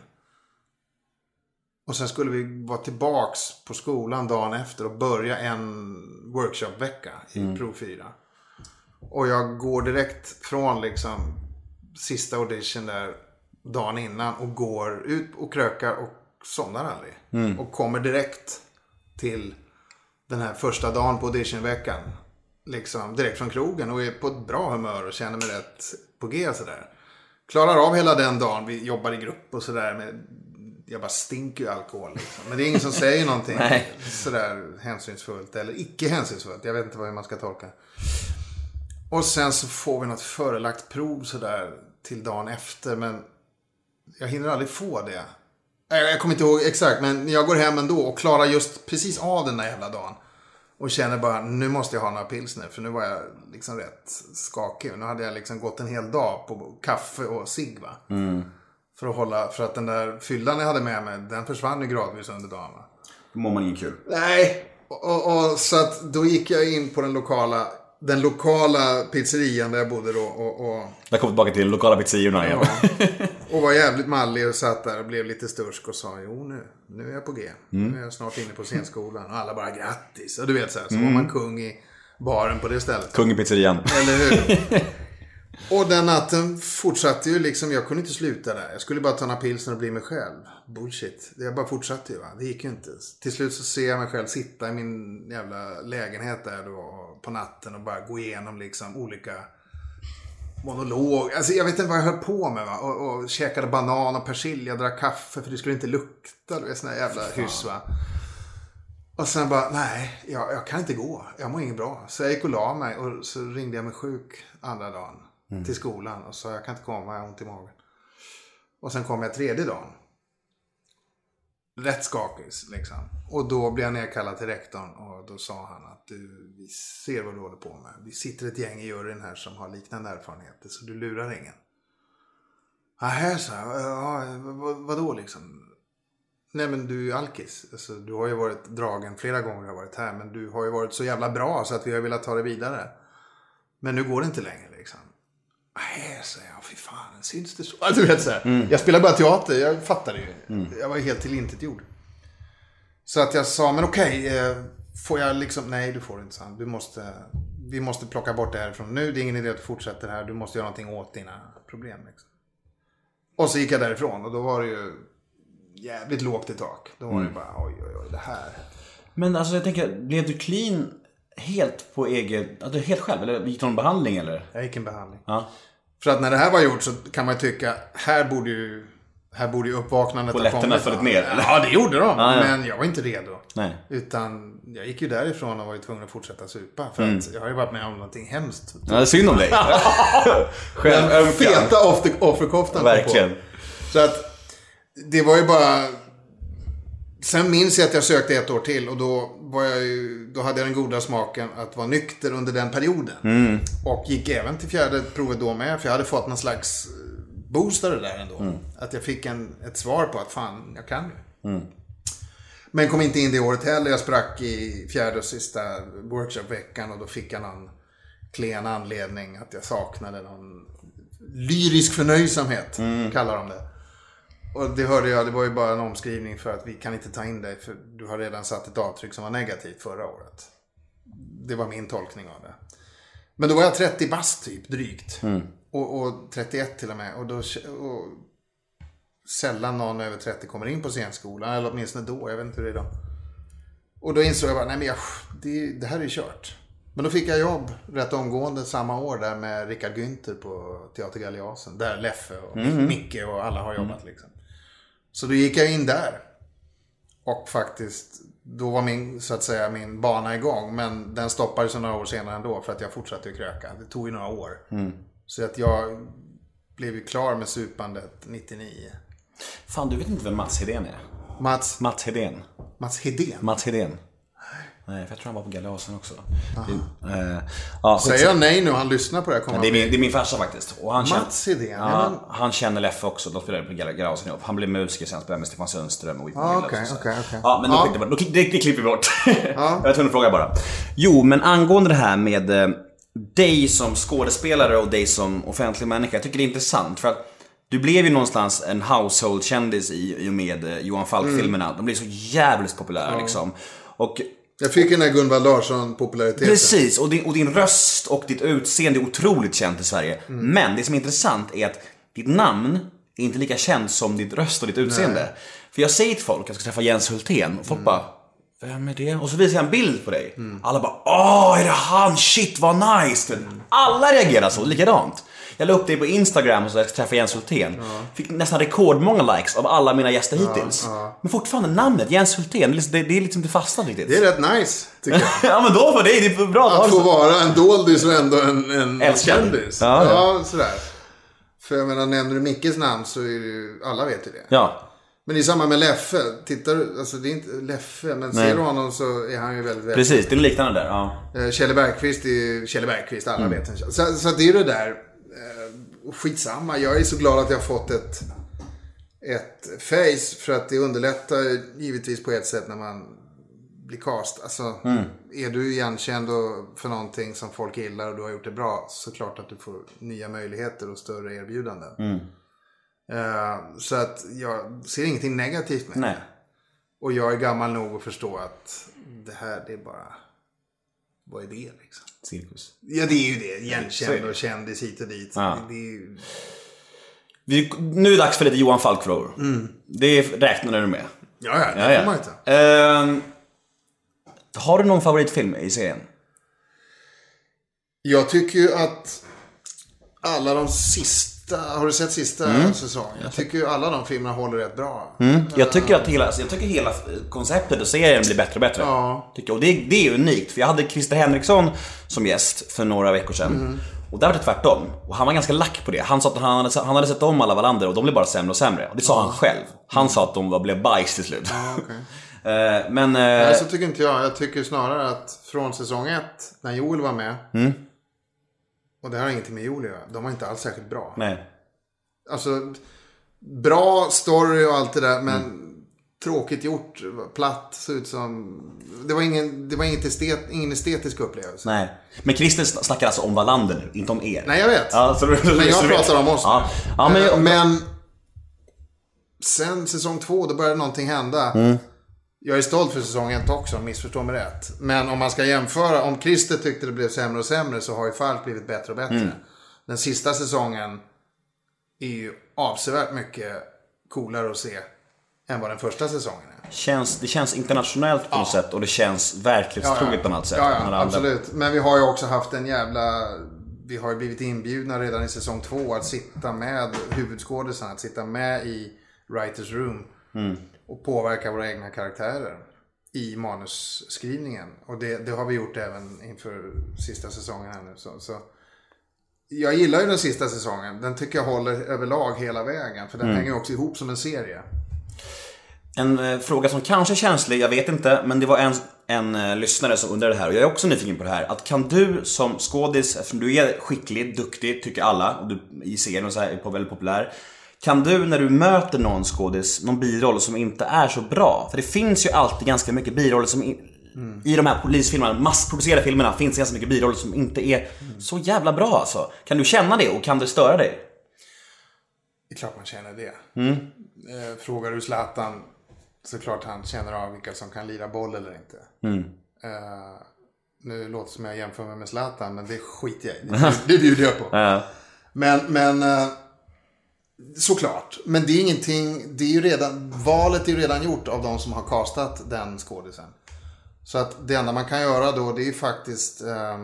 Och sen skulle vi vara tillbaks på skolan dagen efter och börja en workshopvecka i mm. prov fyra. Och jag går direkt från liksom sista audition där dagen innan och går ut och krökar och somnar aldrig. Mm. Och kommer direkt till den här första dagen på auditionveckan. Liksom direkt från krogen och är på ett bra humör och känner mig rätt på G sådär. Klarar av hela den dagen, vi jobbar i grupp och sådär. Men jag bara stinker ju alkohol liksom. Men det är ingen som säger någonting sådär hänsynsfullt eller icke hänsynsfullt. Jag vet inte vad man ska tolka. Och sen så får vi något förelagt prov sådär till dagen efter. Men jag hinner aldrig få det. Jag kommer inte ihåg exakt, men jag går hem ändå och klarar just precis av den där jävla dagen. Och känner bara, nu måste jag ha några pilsner. För nu var jag liksom rätt skakig. Nu hade jag liksom gått en hel dag på kaffe och cigg va. Mm. För att hålla, för att den där fyllan jag hade med mig, den försvann ju gradvis under dagen va. Då mår man ingen kul. Nej, och, och, och så att då gick jag in på den lokala, den lokala pizzerian där jag bodde då. Och, och, jag kom tillbaka till de lokala pizzeriorna igen. Ja, och var jävligt mallig och satt där och blev lite stursk och sa, jo nu, nu är jag på G. Mm. Nu är jag snart inne på scenskolan. Och alla bara grattis. Och du vet så här, så mm. var man kung i baren på det stället. Kung i pizzerian. Eller hur? Och den natten fortsatte ju liksom, jag kunde inte sluta där. Jag skulle bara ta några pilsner och bli mig själv. Bullshit. Jag bara fortsatte ju va. Det gick ju inte. Till slut så ser jag mig själv sitta i min jävla lägenhet där då på natten och bara gå igenom liksom olika monolog. Alltså jag vet inte vad jag höll på med va. Och, och käkade banan och persilja, drack kaffe för det skulle inte lukta. Det är sån här jävla hyss va. Och sen bara, nej, jag, jag kan inte gå. Jag mår inget bra. Så jag gick och la mig och så ringde jag mig sjuk andra dagen mm. till skolan. Och så jag kan inte komma, jag har ont i magen. Och sen kom jag tredje dagen. Rätt skakis liksom. Och då blev jag nedkallad till rektorn och då sa han att du, vi ser vad du håller på med. Vi sitter ett gäng i juryn här som har liknande erfarenheter så du lurar ingen. Ja, här så ja, vad, vadå liksom? Nej men du är ju alkis. Alltså, du har ju varit dragen flera gånger jag har varit här. Men du har ju varit så jävla bra så att vi har velat ta det vidare. Men nu går det inte längre liksom. Nej, så jag, fy fan, syns det så? Alltså, du vet så här, mm. Jag spelar bara teater, jag fattade ju. Mm. Jag var ju helt tillintetgjord. Så att jag sa, men okej, okay, får jag liksom, nej du får inte, sant. Du måste, vi måste plocka bort det härifrån nu, det är ingen idé att du fortsätter här, du måste göra någonting åt dina problem. Liksom. Och så gick jag därifrån och då var det ju jävligt lågt i tak. Då var mm. det bara, oj oj oj, det här. Men alltså jag tänker, blev du clean helt på eget, alltså helt själv, eller gick du någon behandling eller? Jag gick en behandling. Ja. För att när det här var gjort så kan man ju tycka, här borde ju Här borde ju uppvaknandet ha kommit. På följt ner? Eller? Ja, det gjorde de. Ah, ja. Men jag var inte redo. Nej. Utan jag gick ju därifrån och var ju tvungen att fortsätta supa. För mm. att jag har ju varit med om någonting hemskt. Ja, det är synd om dig. Själv feta offerkoftan. Verkligen. På. Så att det var ju bara... Sen minns jag att jag sökte ett år till. Och då, var jag ju, då hade jag den goda smaken att vara nykter under den perioden. Mm. Och gick även till fjärde provet då med. För jag hade fått någon slags... boostade där ändå. Mm. Att jag fick en, ett svar på att fan, jag kan ju. Mm. Men kom inte in det året heller. Jag sprack i fjärde och sista workshopveckan och då fick jag någon klen anledning att jag saknade någon lyrisk förnöjsamhet, mm. kallar de det. Och det hörde jag, det var ju bara en omskrivning för att vi kan inte ta in dig för du har redan satt ett avtryck som var negativt förra året. Det var min tolkning av det. Men då var jag trettio bast typ, drygt. Mm. Och, och trettioett till och med. Och då och sällan någon över trettio kommer in på scenskolan. Eller åtminstone då, jag vet inte hur det är då. Och då insåg jag bara, nej men jag, det, det här är kört. Men då fick jag jobb rätt omgående samma år där med Rickard Günther på Teater Galeasen. Där Leffe och mm. Micke och alla har jobbat liksom. Så då gick jag in där. Och faktiskt, då var min, så att säga, min bana igång. Men den stoppades några år senare ändå för att jag fortsatte att kröka. Det tog ju några år. Mm. Så att jag blev ju klar med supandet nittionio. Fan, du vet inte vem Mats Hedén är? Mats? Mats Hedén. Mats Hedén? Mats Hedén. Nej, för jag tror han var på Galeasen också. Det, äh, ja, säger jag nej nu, han lyssnar på det här. Ja, det, är min, det är min farsa faktiskt. Och han Mats känner, Hedén? Ja, men... Han känner Leffe också, de spelade på Galeasen ihop. Han blev musiker sen, spelade med Stefan Sundström och ah, okej, okej, okej. Ja, men ja. Då, då, det, det klipper vi bort. Ja. Jag var tvungen att fråga bara. Jo, men angående det här med eh, dig som skådespelare och dig som offentlig människa, jag tycker det är intressant för att du blev ju någonstans en household-kändis i, i och med eh, Johan Falk-filmerna. Mm. De blev så jävligt populära ja. liksom. Och jag fick den där Gunvald Larsson-populariteten. Precis, och din, och din röst och ditt utseende är otroligt känt i Sverige. Mm. Men det som är intressant är att ditt namn är inte lika känt som ditt röst och ditt utseende. Nej. För jag säger till folk att jag ska träffa Jens Hultén och folk mm. bara, vem är det? Och så visar jag en bild på dig. Mm. Alla bara, åh, är det han? Shit, vad nice. Mm. Alla reagerar så, likadant. Jag la upp det på Instagram och så jag träffade Jens Hultén. Ja. Fick nästan rekordmånga likes av alla mina gäster ja, hittills. Ja. Men fortfarande namnet, Jens Hultén, det, det är liksom inte fastnat riktigt. Det är rätt nice, tycker jag. Ja, men då för det, det är bra. Att få vara en doldis och ändå en, en kändis. Ja, ja. ja, sådär. För jag menar, nämner du Mickes namn så är det ju, alla vet ju det. Ja. Men i samma med Leffe, tittar du, alltså det är inte Leffe, men Nej. ser du honom så är han ju väldigt, väldigt... Precis, det är liknande där, ja. Kjelle Bergqvist är ju Kjelle Bergqvist, alla mm. vet. Så, så det är ju det där, skitsamma, jag är så glad att jag har fått ett, ett face, för att det underlättar givetvis på ett sätt när man blir cast. Alltså, mm. är du igenkänd för någonting som folk gillar och du har gjort det bra, så klart att du får nya möjligheter och större erbjudanden. Mm. Uh, så att jag ser ingenting negativt med Nej. det. Och jag är gammal nog att förstå att det här, det är bara, vad är det liksom? Cirkus. Ja, det är ju det. Igenkänd och kändis hit och dit. Ja. Det, det är ju... Vi, nu är det dags för lite Johan Falk-frågor. Mm. Det räknar du med. Ja, ja, det ja, ja. får man inte. Uh, har du någon favoritfilm i serien? Jag tycker ju att alla de sista, har du sett sista mm. säsongen? Jag tycker ju alla de filmerna håller rätt bra. Mm. Jag tycker att hela, jag tycker hela konceptet och serien blir bättre och bättre. Ja. Tycker jag. Och det, det är unikt. För jag hade Christer Henriksson som gäst för några veckor sedan. Mm. Och där var det tvärtom. Och han var ganska lack på det. Han sa att han hade, han hade sett om alla Wallander och de blev bara sämre och sämre. Och det sa ja. han själv. Han sa att de var, blev bajs till slut. Ja, okay. uh, men... Uh... Nej, så tycker inte jag. Jag tycker snarare att från säsong ett, när Joel var med... Mm. Och det här har ingenting med Julia. De var inte alls särskilt bra. Nej. Alltså, bra story och allt det där. Men mm. tråkigt gjort. Platt. Så ut som... Det var ingen, det var inget estet, ingen estetisk upplevelse. Nej. Men Christer snackar alltså om Wallander nu. Inte om er. Nej, jag vet. Ja, så, men jag pratar om oss. Ja. Ja, men, men sen säsong två, då började någonting hända. Mm. Jag är stolt för säsong ett också, missförstå mig rätt. Men om man ska jämföra, om Christer tyckte det blev sämre och sämre, så har ju Falk blivit bättre och bättre. Mm. Den sista säsongen är ju avsevärt mycket coolare att se än vad den första säsongen är. Känns, det känns internationellt på ja. något sätt, och det känns verklighetstroget ja, ja. på något sätt. Ja, ja absolut. Men vi har ju också haft en jävla... Vi har ju blivit inbjudna redan i säsong två att sitta med huvudskådisarna, att sitta med i writers room mm. och påverka våra egna karaktärer i manusskrivningen. Och det, det har vi gjort även inför sista säsongen här nu. Så, så jag gillar ju den sista säsongen. Den tycker jag håller överlag hela vägen, för den mm. hänger också ihop som en serie. En eh, fråga som kanske är känslig, jag vet inte, men det var en, en eh, lyssnare som undrade det här, och jag är också nyfiken på det här. Att kan du som skådis, eftersom du är skicklig, duktig, tycker alla, och du i serien och så här är på väldigt populär, kan du när du möter någon skådis, någon biroll som inte är så bra, för det finns ju alltid ganska mycket biroller som i, mm. i de här polisfilmerna, massproducerade filmerna, finns ganska mycket biroller som inte är mm. så jävla bra alltså. Kan du känna det, och kan det störa dig? Det är klart man känner det. Mm. eh, Frågar du Zlatan, så klart han känner av vilka som kan lira boll eller inte. Mm. Uh, nu låter det som jag jämför mig med Zlatan, men det skiter jag i. Det, det bjuder jag på. Ja. Men, men uh, såklart. Men det är ingenting, det är ju redan, valet är ju redan gjort av de som har castat den skådisen. Så att det enda man kan göra då, det är faktiskt... Uh,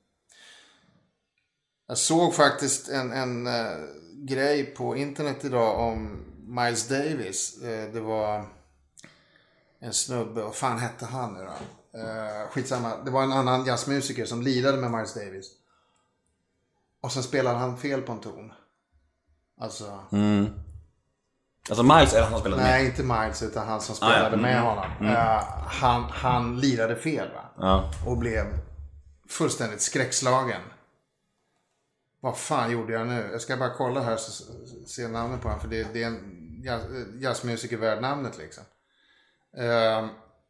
jag såg faktiskt en, en uh, grej på internet idag om Miles Davis. Uh, det var... En snubbe, vad fan hette han nu då? Uh, skitsamma, det var en annan jazzmusiker som lirade med Miles Davis. Och sen spelade han fel på en ton. Alltså... Mm. Alltså Miles, eller han som spelade nej, med? inte Miles, utan han som spelade ah, ja. mm. med honom. Mm. Uh, han, han lirade fel va? Ja. Och blev fullständigt skräckslagen. Vad fan gjorde jag nu? Jag ska bara kolla här så se namnet på honom. För det, det är en jazz, jazzmusiker värd namnet liksom. Uh,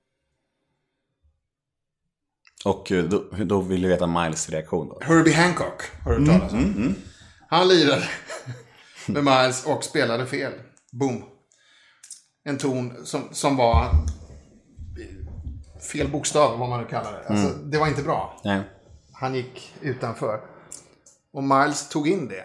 och då, då vill du veta Miles reaktion då? Herbie Hancock har du talat om. Mm, mm, mm. Han lirade med Miles och spelade fel. Boom. En ton som, som var fel bokstav, vad man nu kallar det. Alltså, mm. Det var inte bra. Nej. Han gick utanför. Och Miles tog in det.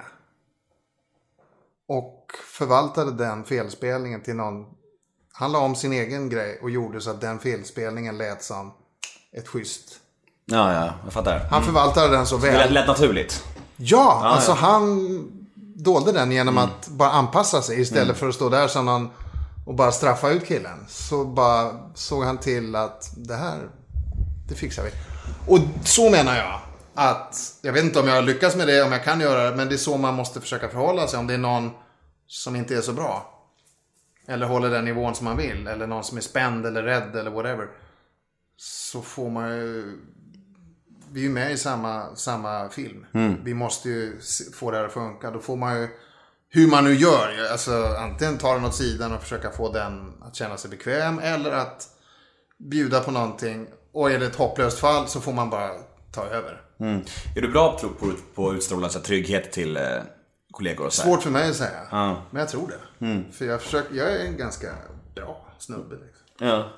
Och förvaltade den felspelningen till någon. Han la om sin egen grej och gjorde så att den felspelningen lät som ett schysst. Ja, ja, jag fattar. Han förvaltade den så väl. Det lät, lät naturligt. Ja, ja alltså ja. Han dolde den genom mm. att bara anpassa sig. Istället mm. för att stå där som någon och bara straffa ut killen. Så bara såg han till att det här, det fixar vi. Och så menar jag att, jag vet inte om jag lyckas med det, om jag kan göra det. Men det är så man måste försöka förhålla sig om det är någon som inte är så bra. Eller håller den nivån som man vill. Eller någon som är spänd eller rädd eller whatever. Så får man ju... Vi är ju med i samma, samma film. Mm. Vi måste ju få det här att funka. Då får man ju... Hur man nu gör. Alltså antingen ta den åt sidan och försöka få den att känna sig bekväm. Eller att bjuda på någonting. Och är det ett hopplöst fall så får man bara ta över. Mm. Är du bra på, på, på att utstråla trygghet till... Eh... kollegor och så här. Svårt för mig att säga. Ja. Men jag tror det. Mm. För jag försöker, jag är en ganska bra snubbe. Liksom. Ja.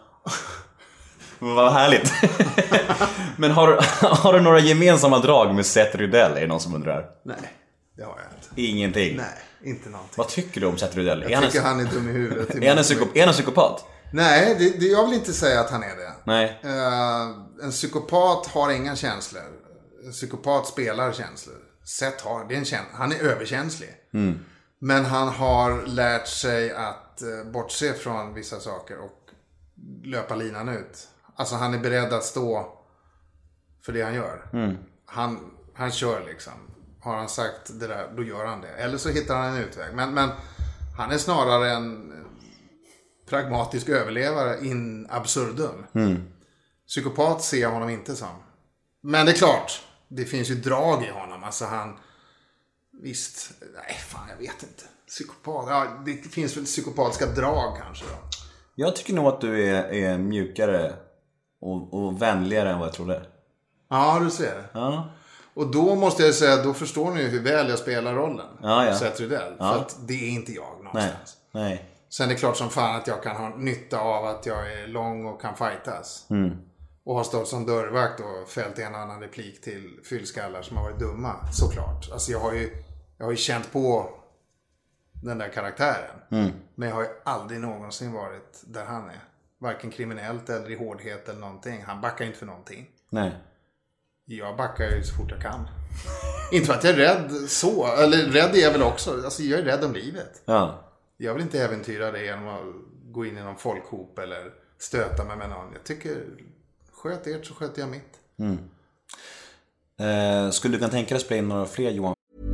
Vad härligt. Men har, har du några gemensamma drag med Seth Rydell? Är det någon som undrar? Nej, det har jag inte. Ingenting? Nej, inte någonting. Vad tycker du om Seth Rydell? Jag är tycker han, han är dum i huvudet. Är han en, psykop- är han en psykopat? Nej, det, det, jag vill inte säga att han är det. Nej. Uh, en psykopat har inga känslor. En psykopat spelar känslor. Seth har, det är en käns- han är överkänslig. Mm. Men han har lärt sig att uh, bortse från vissa saker och löpa linan ut. Alltså han är beredd att stå för det han gör. Mm. Han, han kör liksom. Har han sagt det där, då gör han det. Eller så hittar han en utväg. Men, men han är snarare en pragmatisk överlevare in absurdum. Mm. Psykopat ser jag honom inte som. Men det är klart, det finns ju drag i honom. Alltså han, visst, nej fan jag vet inte. Psykopat, ja det finns väl psykopatiska drag kanske då. Jag tycker nog att du är, är mjukare och, och vänligare än vad jag trodde. Ja, du ser. Ja. Och då måste jag säga, då förstår ni hur väl jag spelar rollen. Ja, ja. Seth Rydell. Ja. För att det är inte jag någonstans. Nej, nej. Sen är det klart som fan att jag kan ha nytta av att jag är lång och kan fightas. Mm. Och har stått som dörrvakt och fällt en annan replik till fyllskallar som har varit dumma, såklart. Alltså jag har ju, jag har ju känt på den där karaktären. Mm. Men jag har ju aldrig någonsin varit där han är. Varken kriminellt eller i hårdhet eller någonting. Han backar inte för någonting. Nej. Jag backar ju så fort jag kan. Inte för att jag är rädd så. Eller rädd är jag väl också. Alltså jag är rädd om livet. Ja. Jag vill inte äventyra det genom att gå in i någon folkhop eller stöta mig med någon. Jag tycker, sköt ert så sköter jag mitt. Mm. Eh, skulle du kunna tänka dig att spela in några fler Johan?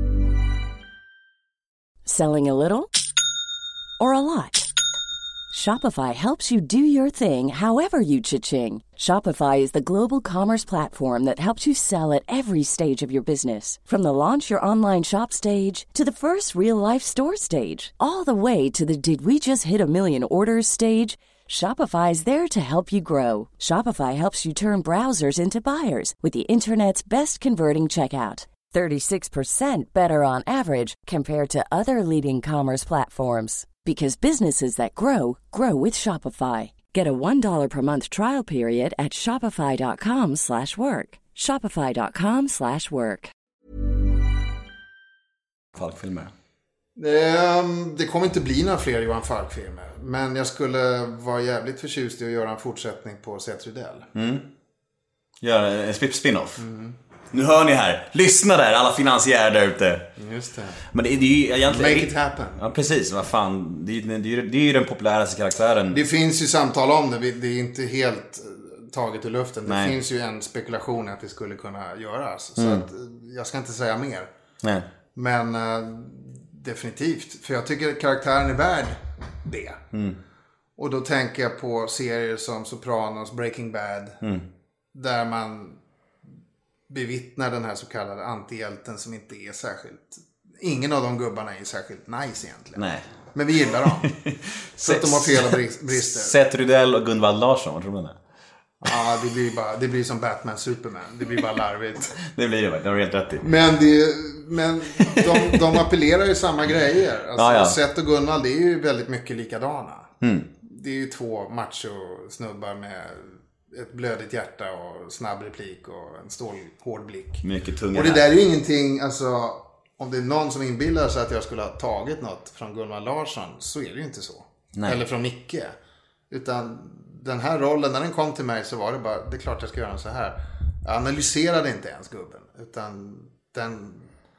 Selling a little or a lot? Shopify helps you do your thing however you cha-ching. Shopify is the global commerce platform that helps you sell at every stage of your business. From the launch your online shop stage to the first real-life store stage. All the way to the did we just hit a million orders stage. Shopify is there to help you grow. Shopify helps you turn browsers into buyers with the internet's best converting checkout. thirty-six percent better on average compared to other leading commerce platforms. Because businesses that grow, grow with Shopify. Get a one dollar per month trial period at shopify.com slash work. Shopify.com slash work. Falk-filmer. Det, det kommer inte bli några fler Johan Falk-filmer. Men jag skulle vara jävligt förtjust i att göra en fortsättning på Seth Rydell. Mm. Göra en spin-off. Mm. Nu hör ni här. Lyssna där, alla finansiärer där ute. Just det. Men det är ju egentligen... Make it happen. Ja, precis. Vad fan. Det är, det är, ju, det är ju den populäraste karaktären. Det finns ju samtal om det. Det är inte helt taget ur luften. Nej. Det finns ju en spekulation att det skulle kunna göras. Mm. Så att, jag ska inte säga mer. Nej. Men äh, definitivt. För jag tycker karaktären är värd det. Mm. Och då tänker jag på serier som Sopranos, Breaking Bad. Mm. Där man bevittnar den här så kallade antihjälten som inte är särskilt... Ingen av de gubbarna är särskilt nice egentligen. Nej. Men vi gillar dem. Så att de har fel och brister. Seth Rydell och Gunvald Larsson, vad tror du det? Ja, det blir, bara, det blir som Batman, Superman. Det blir bara larvigt. Det blir det, det har helt rätt i. Men, det, men de, de appellerar ju samma grejer. Alltså, ja, ja. Seth och Gunvald, det är ju väldigt mycket likadana. Mm. Det är ju två macho-snubbar med ett blödigt hjärta och snabb replik och en stålhård blick. Mycket tunga. Och det där är ju ingenting, alltså, om det är någon som inbillar sig att jag skulle ha tagit något från Gunvald Larsson, så är det ju inte så. Nej. Eller från Nicke. Utan den här rollen, när den kom till mig så var det bara, det är klart jag ska göra så här. Jag analyserade inte ens gubben. Utan den...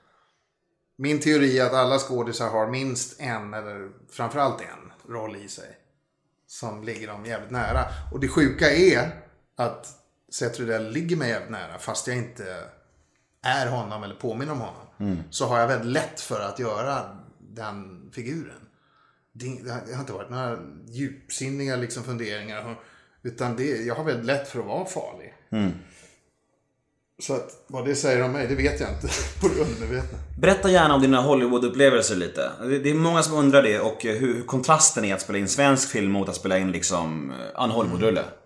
Min teori är att alla skådisar har minst en, eller framförallt en, roll i sig. Som ligger dem jävligt nära. Och det sjuka är att Seth Rydell ligger mig jävligt nära, fast jag inte är honom eller påminner om honom. Mm. Så har jag väldigt lätt för att göra den figuren. Det, det har inte varit några djupsinniga liksom funderingar. Utan det, jag har väldigt lätt för att vara farlig. Mm. Så att vad det säger om mig, det vet jag inte. På det undervetna. Berätta gärna om dina Hollywood-upplevelser lite. Det är många som undrar det. Och hur kontrasten är att spela in svensk film mot att spela in liksom en Hollywood-rulle. Mm.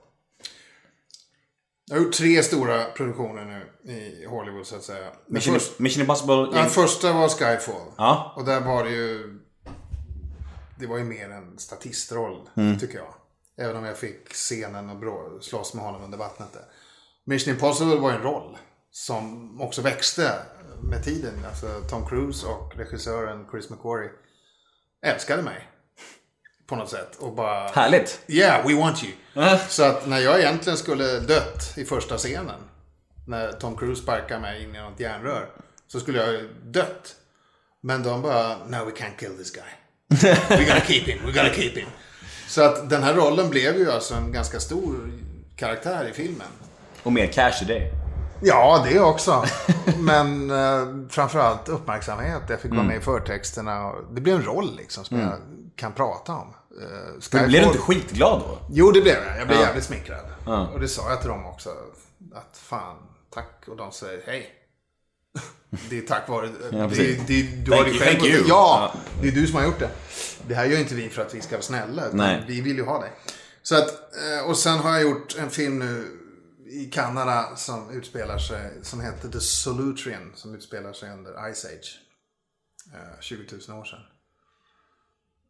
Jag har gjort tre stora produktioner nu i Hollywood så att säga. Mission, först, Mission Impossible. Den första var Skyfall. Ja. Och där var det ju... Det var ju mer en statistroll, mm. tycker jag. Även om jag fick scenen och brå, slåss med honom under vattnet där. Mission Impossible var en roll som också växte med tiden. Alltså Tom Cruise och regissören Chris McQuarrie älskade mig på något sätt. Och bara... Härligt! Yeah, we want you! Äh. Så att när jag egentligen skulle dött i första scenen, när Tom Cruise sparkar mig in i något järnrör, så skulle jag dött. Men de bara, no, we can't kill this guy. We're gonna keep him, we're gonna keep him. Så att den här rollen blev ju alltså en ganska stor karaktär i filmen. Och mer cash i det. Ja, det också. Men eh, framförallt uppmärksamhet. Jag fick vara med i förtexterna. Och det blev en roll liksom som mm. jag kan prata om. Eh, Skyfall... Blev du inte skitglad då? Jo, det blev jag. Jag blev ja. jävligt smickrad. Ja. Och det sa jag till dem också. Att fan, tack. Och de säger hej. Det är tack vare... Ja, det, det, du har you, själv, thank you. Ja, det är du som har gjort det. Det här gör inte vi för att vi ska vara snälla. Nej. Vi vill ju ha det. Så att, och sen har jag gjort en film nu i Kanada som utspelar sig, som heter The Solutrean, som utspelar sig under Ice Age. tjugo tusen år sedan.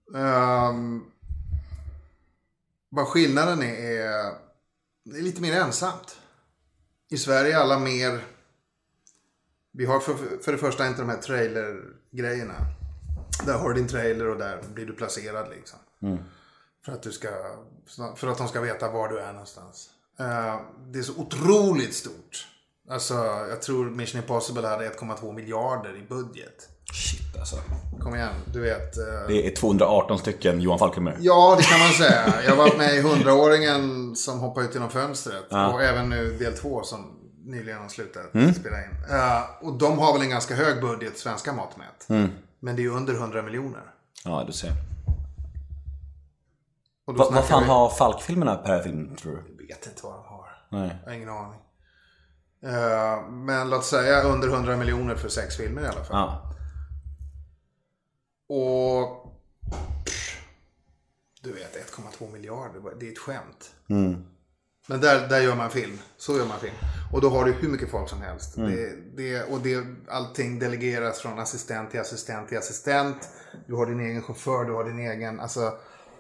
Um, vad skillnaden är, är det är lite mer ensamt. I Sverige är alla mer... Vi har för, för det första inte de här trailer-grejerna. Där har du din trailer och där blir du placerad liksom. Mm. För att du ska... För att de ska veta var du är någonstans. Uh, det är så otroligt stort. Alltså, jag tror Mission Impossible hade ett komma två miljarder i budget. Shit alltså. Kom igen, du vet. Uh... Det är tvåhundraarton stycken Johan Falkenberg. Ja, det kan man säga. Jag var med i hundraåringen som hoppade ut genom fönstret. Ja. Och även nu del två som nyligen har slutat mm. spela in. Uh, och de har väl en ganska hög budget, svenska mått mätt. Mm. Men det är ju under hundra miljoner. Ja, du ser. Va, vad fan vi... har Falk-filmerna per film, tror du? Jag vet inte vad de har. Nej. Jag har ingen aning. Uh, men låt säga under hundra miljoner för sex filmer i alla fall. Ja. Och pff, du vet, ett komma två miljarder, det är ett skämt. Mm. Men där, där gör man film. Så gör man film. Och då har du hur mycket folk som helst. Mm. Det, det, och det, allting delegeras från assistent till assistent till assistent. Du har din egen chaufför, du har din egen... Alltså,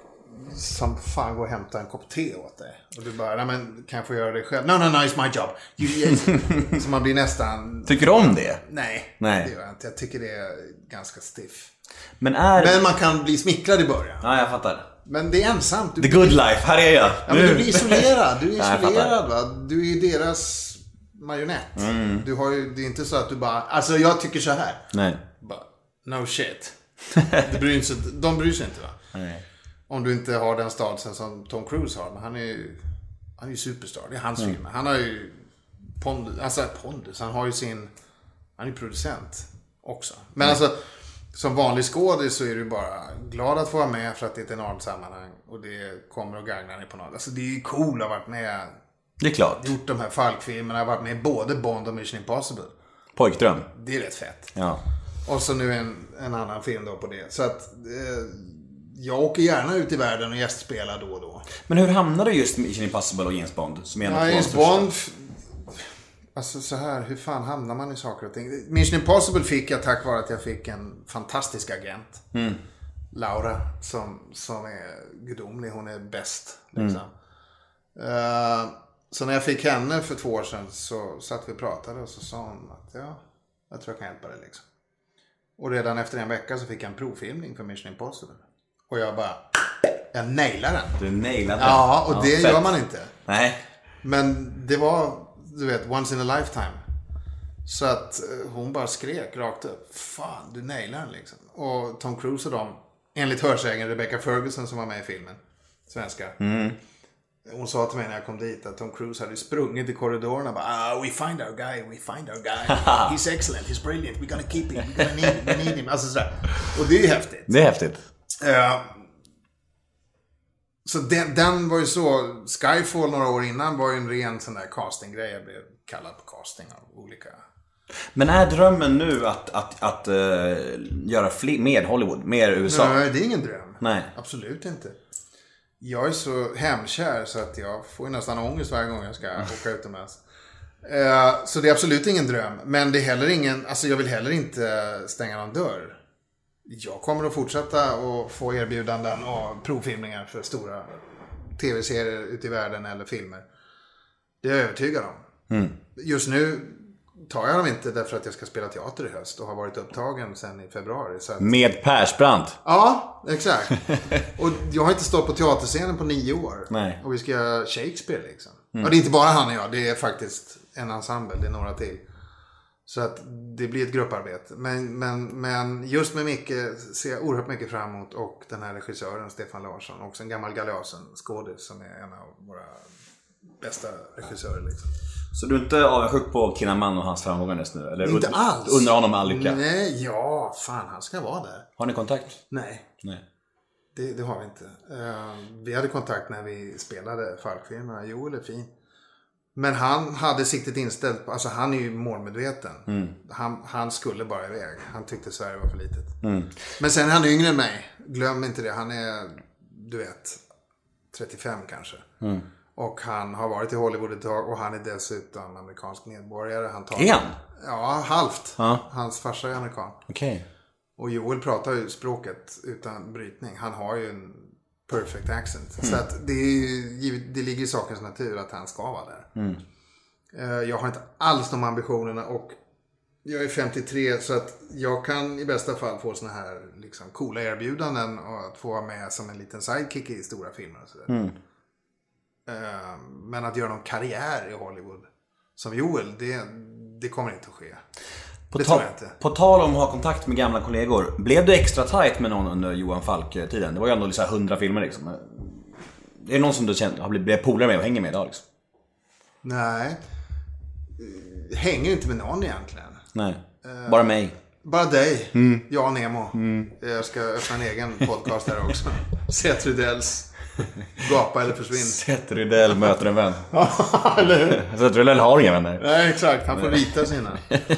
som fan går och hämta en kopp te åt dig. Och du bara, nej men kan jag få göra det själv? No, no, no, it's my job. You, så man blir nästan... Tycker du om det? Nej, nej, det gör jag inte. Jag tycker det är ganska stiff. Men, är... men man kan bli smickrad i början. Ja, jag fattar. Men det är ensamt. Du The good life, här är jag. Ja, men du blir isolerad. Du är ja, isolerad, va? Du är ju deras marionett. Mm. Du har ju, det är inte så att du bara, alltså jag tycker så här. Nej. Bara, no shit. Det bryr sig, de bryr sig inte, va? Nej. Om du inte har den stadsen som Tom Cruise har. Men han är ju, han är ju superstar. Det är hans mm. filmer. Han har ju pondus, alltså pondus. Han har ju sin, han är ju producent också. Men mm. alltså... Som vanlig skådis så är du bara glad att få vara med för att det är ett enormt sammanhang. Och det kommer att gagna dig på något. Alltså det är ju cool att ha varit med. Det är klart. Gjort de här Falk-filmerna. Varit med både Bond och Mission Impossible. Pojkdröm. Det är rätt fett. Ja. Och så nu en, en annan film då på det. Så att eh, jag åker gärna ut i världen och gästspelar då och då. Men hur hamnar du just med Mission Impossible och James Bond? Som är ja, James Bond... Alltså så här, hur fan hamnar man i saker och ting? Mission Impossible fick jag tack vare att jag fick en fantastisk agent. Mm. Laura, som, som är gudomlig. Hon är bäst. Liksom. Mm. Uh, så när jag fick henne för två år sedan så satt vi och pratade och så sa hon att ja, jag tror jag kan hjälpa dig liksom. Och redan efter en vecka så fick jag en provfilmning för Mission Impossible. Och jag bara, jag nailade den. Du nailade den? Ja, och ja, det fett. gör man inte. Nej. Men det var... Du vet, once in a lifetime. Så att hon bara skrek rakt upp. Fan, du nailar den liksom. Och Tom Cruise och dem, enligt hörsägen Rebecca Ferguson som var med i filmen, svenska. Mm. Hon sa till mig när jag kom dit att Tom Cruise hade sprungit i korridorerna och bara, ah, we find our guy, we find our guy. He's excellent, he's brilliant, we're gonna keep him, we're gonna need him, we need him. Alltså sådär. Och det är ju häftigt. Det är häftigt. Uh, Så den, den var ju så, Skyfall några år innan var ju en ren sån där castinggrej. Jag blev kallad på casting av olika. Men är drömmen nu att, att, att uh, göra fler, mer Hollywood, mer U S A? Nej, det är ingen dröm. Nej. Absolut inte. Jag är så hemkär så att jag får ju nästan ångest varje gång jag ska åka utomlands. Uh, så det är absolut ingen dröm. Men det är heller ingen, alltså jag vill heller inte stänga någon dörr. Jag kommer att fortsätta och få erbjudanden och provfilmningar för stora tv-serier ute i världen eller filmer. Det är jag övertygad om. Mm. Just nu tar jag dem inte därför att jag ska spela teater i höst och har varit upptagen sedan i februari. Så att... Med Persbrandt? Ja, exakt. Och jag har inte stått på teaterscenen på nio år. Nej. Och vi ska göra Shakespeare liksom. Mm. Och det är inte bara han och jag, det är faktiskt en ensemble, det är några till. Så att det blir ett grupparbete. Men, men, men just med Micke ser jag oerhört mycket fram emot. Och den här regissören Stefan Larsson. Också en gammal Galeasen skådis som är en av våra bästa regissörer liksom. Så du är inte avundsjuk på Kinnaman och hans framgångar just nu? Eller inte und- alls. Undrar honom all lycka? Nej, ja, fan han ska vara där. Har ni kontakt? Nej. Nej. Det, det har vi inte. Uh, vi hade kontakt när vi spelade Falk-filmerna. Joel är fin. Men han hade siktet inställt på, alltså han är ju målmedveten. Mm. Han, han skulle bara iväg. Han tyckte Sverige var för litet. Mm. Men sen är han yngre än mig. Glöm inte det. Han är, du vet, trettiofem kanske. Mm. Och han har varit i Hollywood ett tag. Och han är dessutom amerikansk medborgare. Han tar, är han? Ja, halvt. Ja. Hans farsa är amerikan. Okej. Okay. Och Joel pratar ju språket utan brytning. Han har ju en perfect accent. Mm. Så att det, är, det ligger i sakens natur att han ska vara där. Mm. Jag har inte alls de ambitionerna och jag är femtiotre så att jag kan i bästa fall få såna här liksom coola erbjudanden och att få vara med som en liten sidekick i stora filmer och sådär. Mm. Men att göra någon karriär i Hollywood som Joel, det, det kommer inte att ske. På, det ta- tror jag inte. På tal om att ha kontakt med gamla kollegor, blev du extra tight med någon under Johan Falk-tiden? Det var ju ändå liksom hundra filmer liksom. Är det någon som du känner, har blivit polare med och hänger med idag liksom? Nej. Hänger inte med någon egentligen. Nej, bara mig. Bara dig, mm. jag och Nemo. Mm. Jag ska öppna en egen podcast här också. Seth Rydells Gapa eller försvinn. Seth Rydell möter en vän. Eller hur? Seth Rydell har inga vänner. Nej, exakt. Han får rita sina.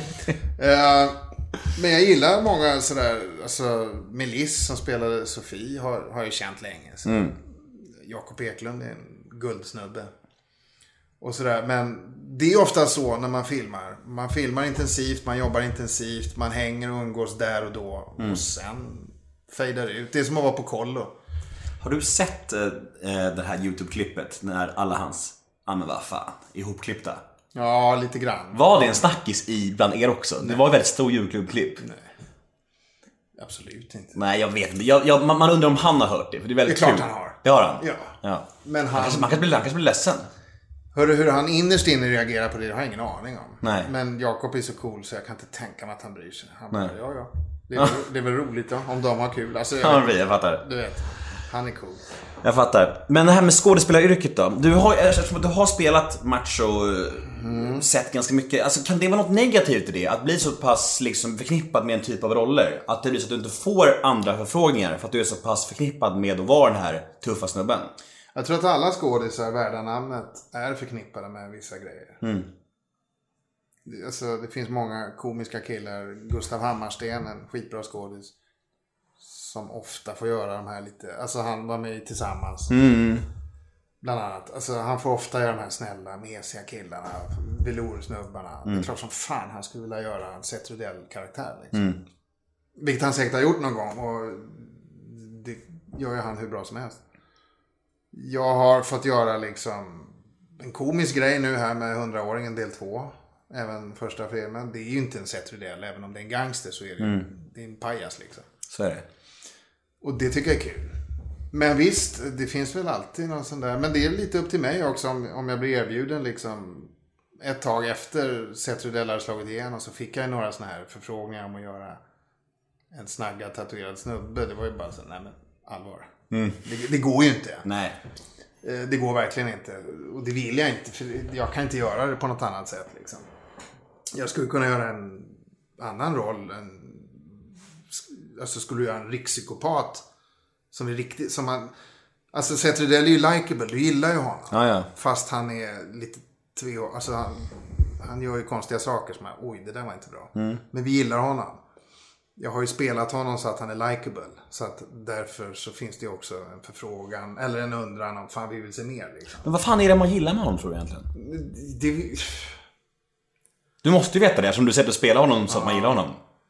uh, men jag gillar många sådär, alltså Melis som spelade Sofie har, har jag känt länge. Så. Mm. Jakob Eklund är en guldsnubbe. Och sådär. Men det är ofta så när man filmar. Man filmar intensivt, man jobbar intensivt, man hänger och umgås där och då. Mm. Och sen fejdar det ut. Det är som att vara på kollo. Har du sett eh, det här YouTube-klippet när alla hans, ja men vad fan, ihopklippta? Ja, lite grann. Var det en snackis i bland er också? Nej. Det var ett väldigt stor YouTube-klipp. Nej. Absolut inte. Nej, jag vet inte. Jag, jag, man, man undrar om han har hört det. För det är väldigt det är klart kul. Han har. Det har han? Ja. ja. Men han... Man kanske, man kanske blir, han kanske blir ledsen. Hörru, hur han innerst inne reagerar på det, det har jag ingen aning om. Nej. Men Jakob är så cool så jag kan inte tänka mig att han bryr sig. Han bara, ja, ja. Det är, väl, det är väl roligt då, om de har kul. Alltså, jag, ja, vet, jag fattar. Du vet, han är cool. Jag fattar. Men det här med skådespelaryrket då. Du har, eftersom du har spelat macho, mm. sett ganska mycket. Alltså, kan det vara något negativt i det? Att bli så pass liksom, förknippad med en typ av roller? Att det blir så att du inte får andra förfrågningar för att du är så pass förknippad med att vara den här tuffa snubben? Jag tror att alla skådisar värda namnet är förknippade med vissa grejer. Mm. Alltså, det finns många komiska killar. Gustav Hammarsten, en skitbra skådis. Som ofta får göra de här lite... Alltså han var med Tillsammans. Mm. Bland annat. Alltså han får ofta göra de här snälla, mesiga killarna. Veloursnubbarna. Mm. Det är klart som fan han skulle vilja göra en Seth Rydell-karaktär. Liksom. Mm. Vilket han säkert har gjort någon gång. Och det gör ju han hur bra som helst. Jag har fått göra liksom en komisk grej nu här med hundraåringen del två. Även första filmen. Det är ju inte en Seth Rydell. Även om det är en gangster så är det, mm. det är en pajas liksom. Så är det. Och det tycker jag är kul. Men visst, det finns väl alltid någon sån där. Men det är lite upp till mig också om, om jag blir erbjuden liksom. Ett tag efter Seth Rydell hade slagit igenom så fick jag några såna här förfrågningar om att göra en snaggad tatuerad snubbe. Det var ju bara så, nej men allvar. Mm. Det, det går ju inte. Nej. Det går verkligen inte. Och det vill jag inte. För jag kan inte göra det på något annat sätt liksom. Jag skulle kunna göra en annan roll. En, alltså skulle jag göra en rikspsykopat. Som är riktigt. Som man, alltså Seth Rydell är ju likeable. Du gillar ju honom. Ah, ja. Fast han är lite två. Alltså han, han gör ju konstiga saker som är, oj det där var inte bra. Mm. Men vi gillar honom. Jag har ju spelat honom så att han är likeable. Så att därför så finns det ju också en förfrågan. Eller en undran om fan vi vill se mer liksom. Men vad fan är det man gillar med honom tror du egentligen? Det... Du måste ju veta det som du sätter och spelar honom så ja. Att man gillar honom.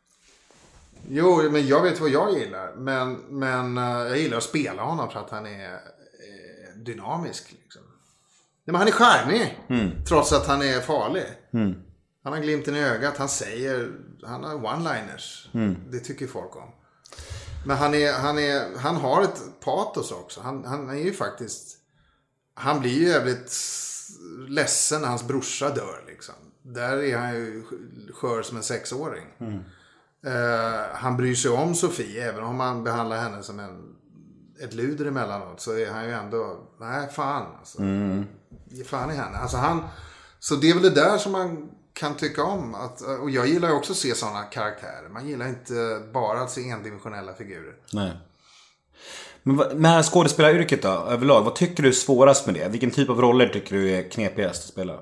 Jo, men jag vet vad jag gillar. Men, men jag gillar att spela honom för att han är eh, dynamisk liksom. Nej, men han är charmig. Mm. Trots att han är farlig. Mm. Han har glimten i ögat, han säger, han har one-liners. Mm. Det tycker folk om. Men han, är, han, är, han har ett patos också. Han, han är ju faktiskt, han blir ju jävligt ledsen när hans brorsa dör liksom. Där är han ju skör som en sexåring. Mm. Uh, han bryr sig om Sofie, även om han behandlar henne som en, ett luder emellanåt. Så är han ju ändå, nej fan alltså. Mm. Ge fan i henne. Alltså han, så det är väl det där som man kan tycka om. Att, och jag gillar ju också att se sådana karaktärer. Man gillar inte bara att se endimensionella figurer. Nej. Men med här skådespelaryrket då, överlag, vad tycker du är svårast med det? Vilken typ av roller tycker du är knepigast att spela?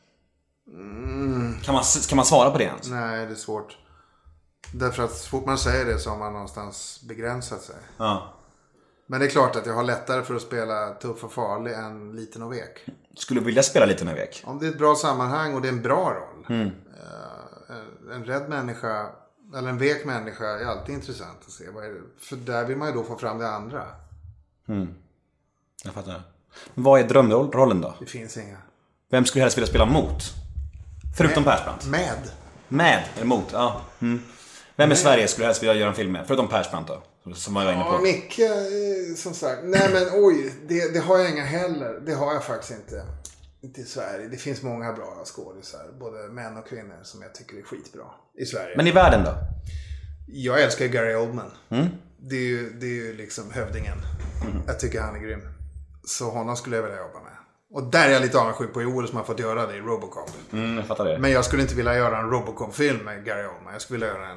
Mm. Kan, man, kan man svara på det ens? Nej, det är svårt. Därför att så fort man säger det så har man någonstans begränsat sig. Ja. Men det är klart att jag har lättare för att spela tuff och farlig än liten och vek. Skulle du vilja spela liten och vek? Om det är ett bra sammanhang och det är en bra roll. Mm. Uh, en rädd människa eller en vek människa är alltid intressant att se. Vad är det? För där vill man ju då få fram det andra. Mm. Jag fattar. Men vad är drömrollen då? Det finns inga. Vem skulle helst vilja spela mot? Förutom Persbrandt. Med. Med eller mot, ja. Mm. Vem i Sverige skulle helst vilja göra en film med? Förutom Persbrandt då, som jag var inne på. Ja, Micke, som sagt. Nej men oj, det, det har jag inga heller. Det har jag faktiskt inte. Inte i Sverige. Det finns många bra skådisar, både män och kvinnor, som jag tycker är skitbra i Sverige. Men i världen då? Jag älskar Gary Oldman. Mm. Det är ju, det är ju liksom hövdingen. Mm. Jag tycker han är grym. Så honom skulle jag vilja jobba med. Och där är jag lite avundsjuk på Joel som har fått göra det i Robocop. Mm, jag fattar det. Men jag skulle inte vilja göra en Robocop-film med Gary Oldman. Jag skulle vilja göra en,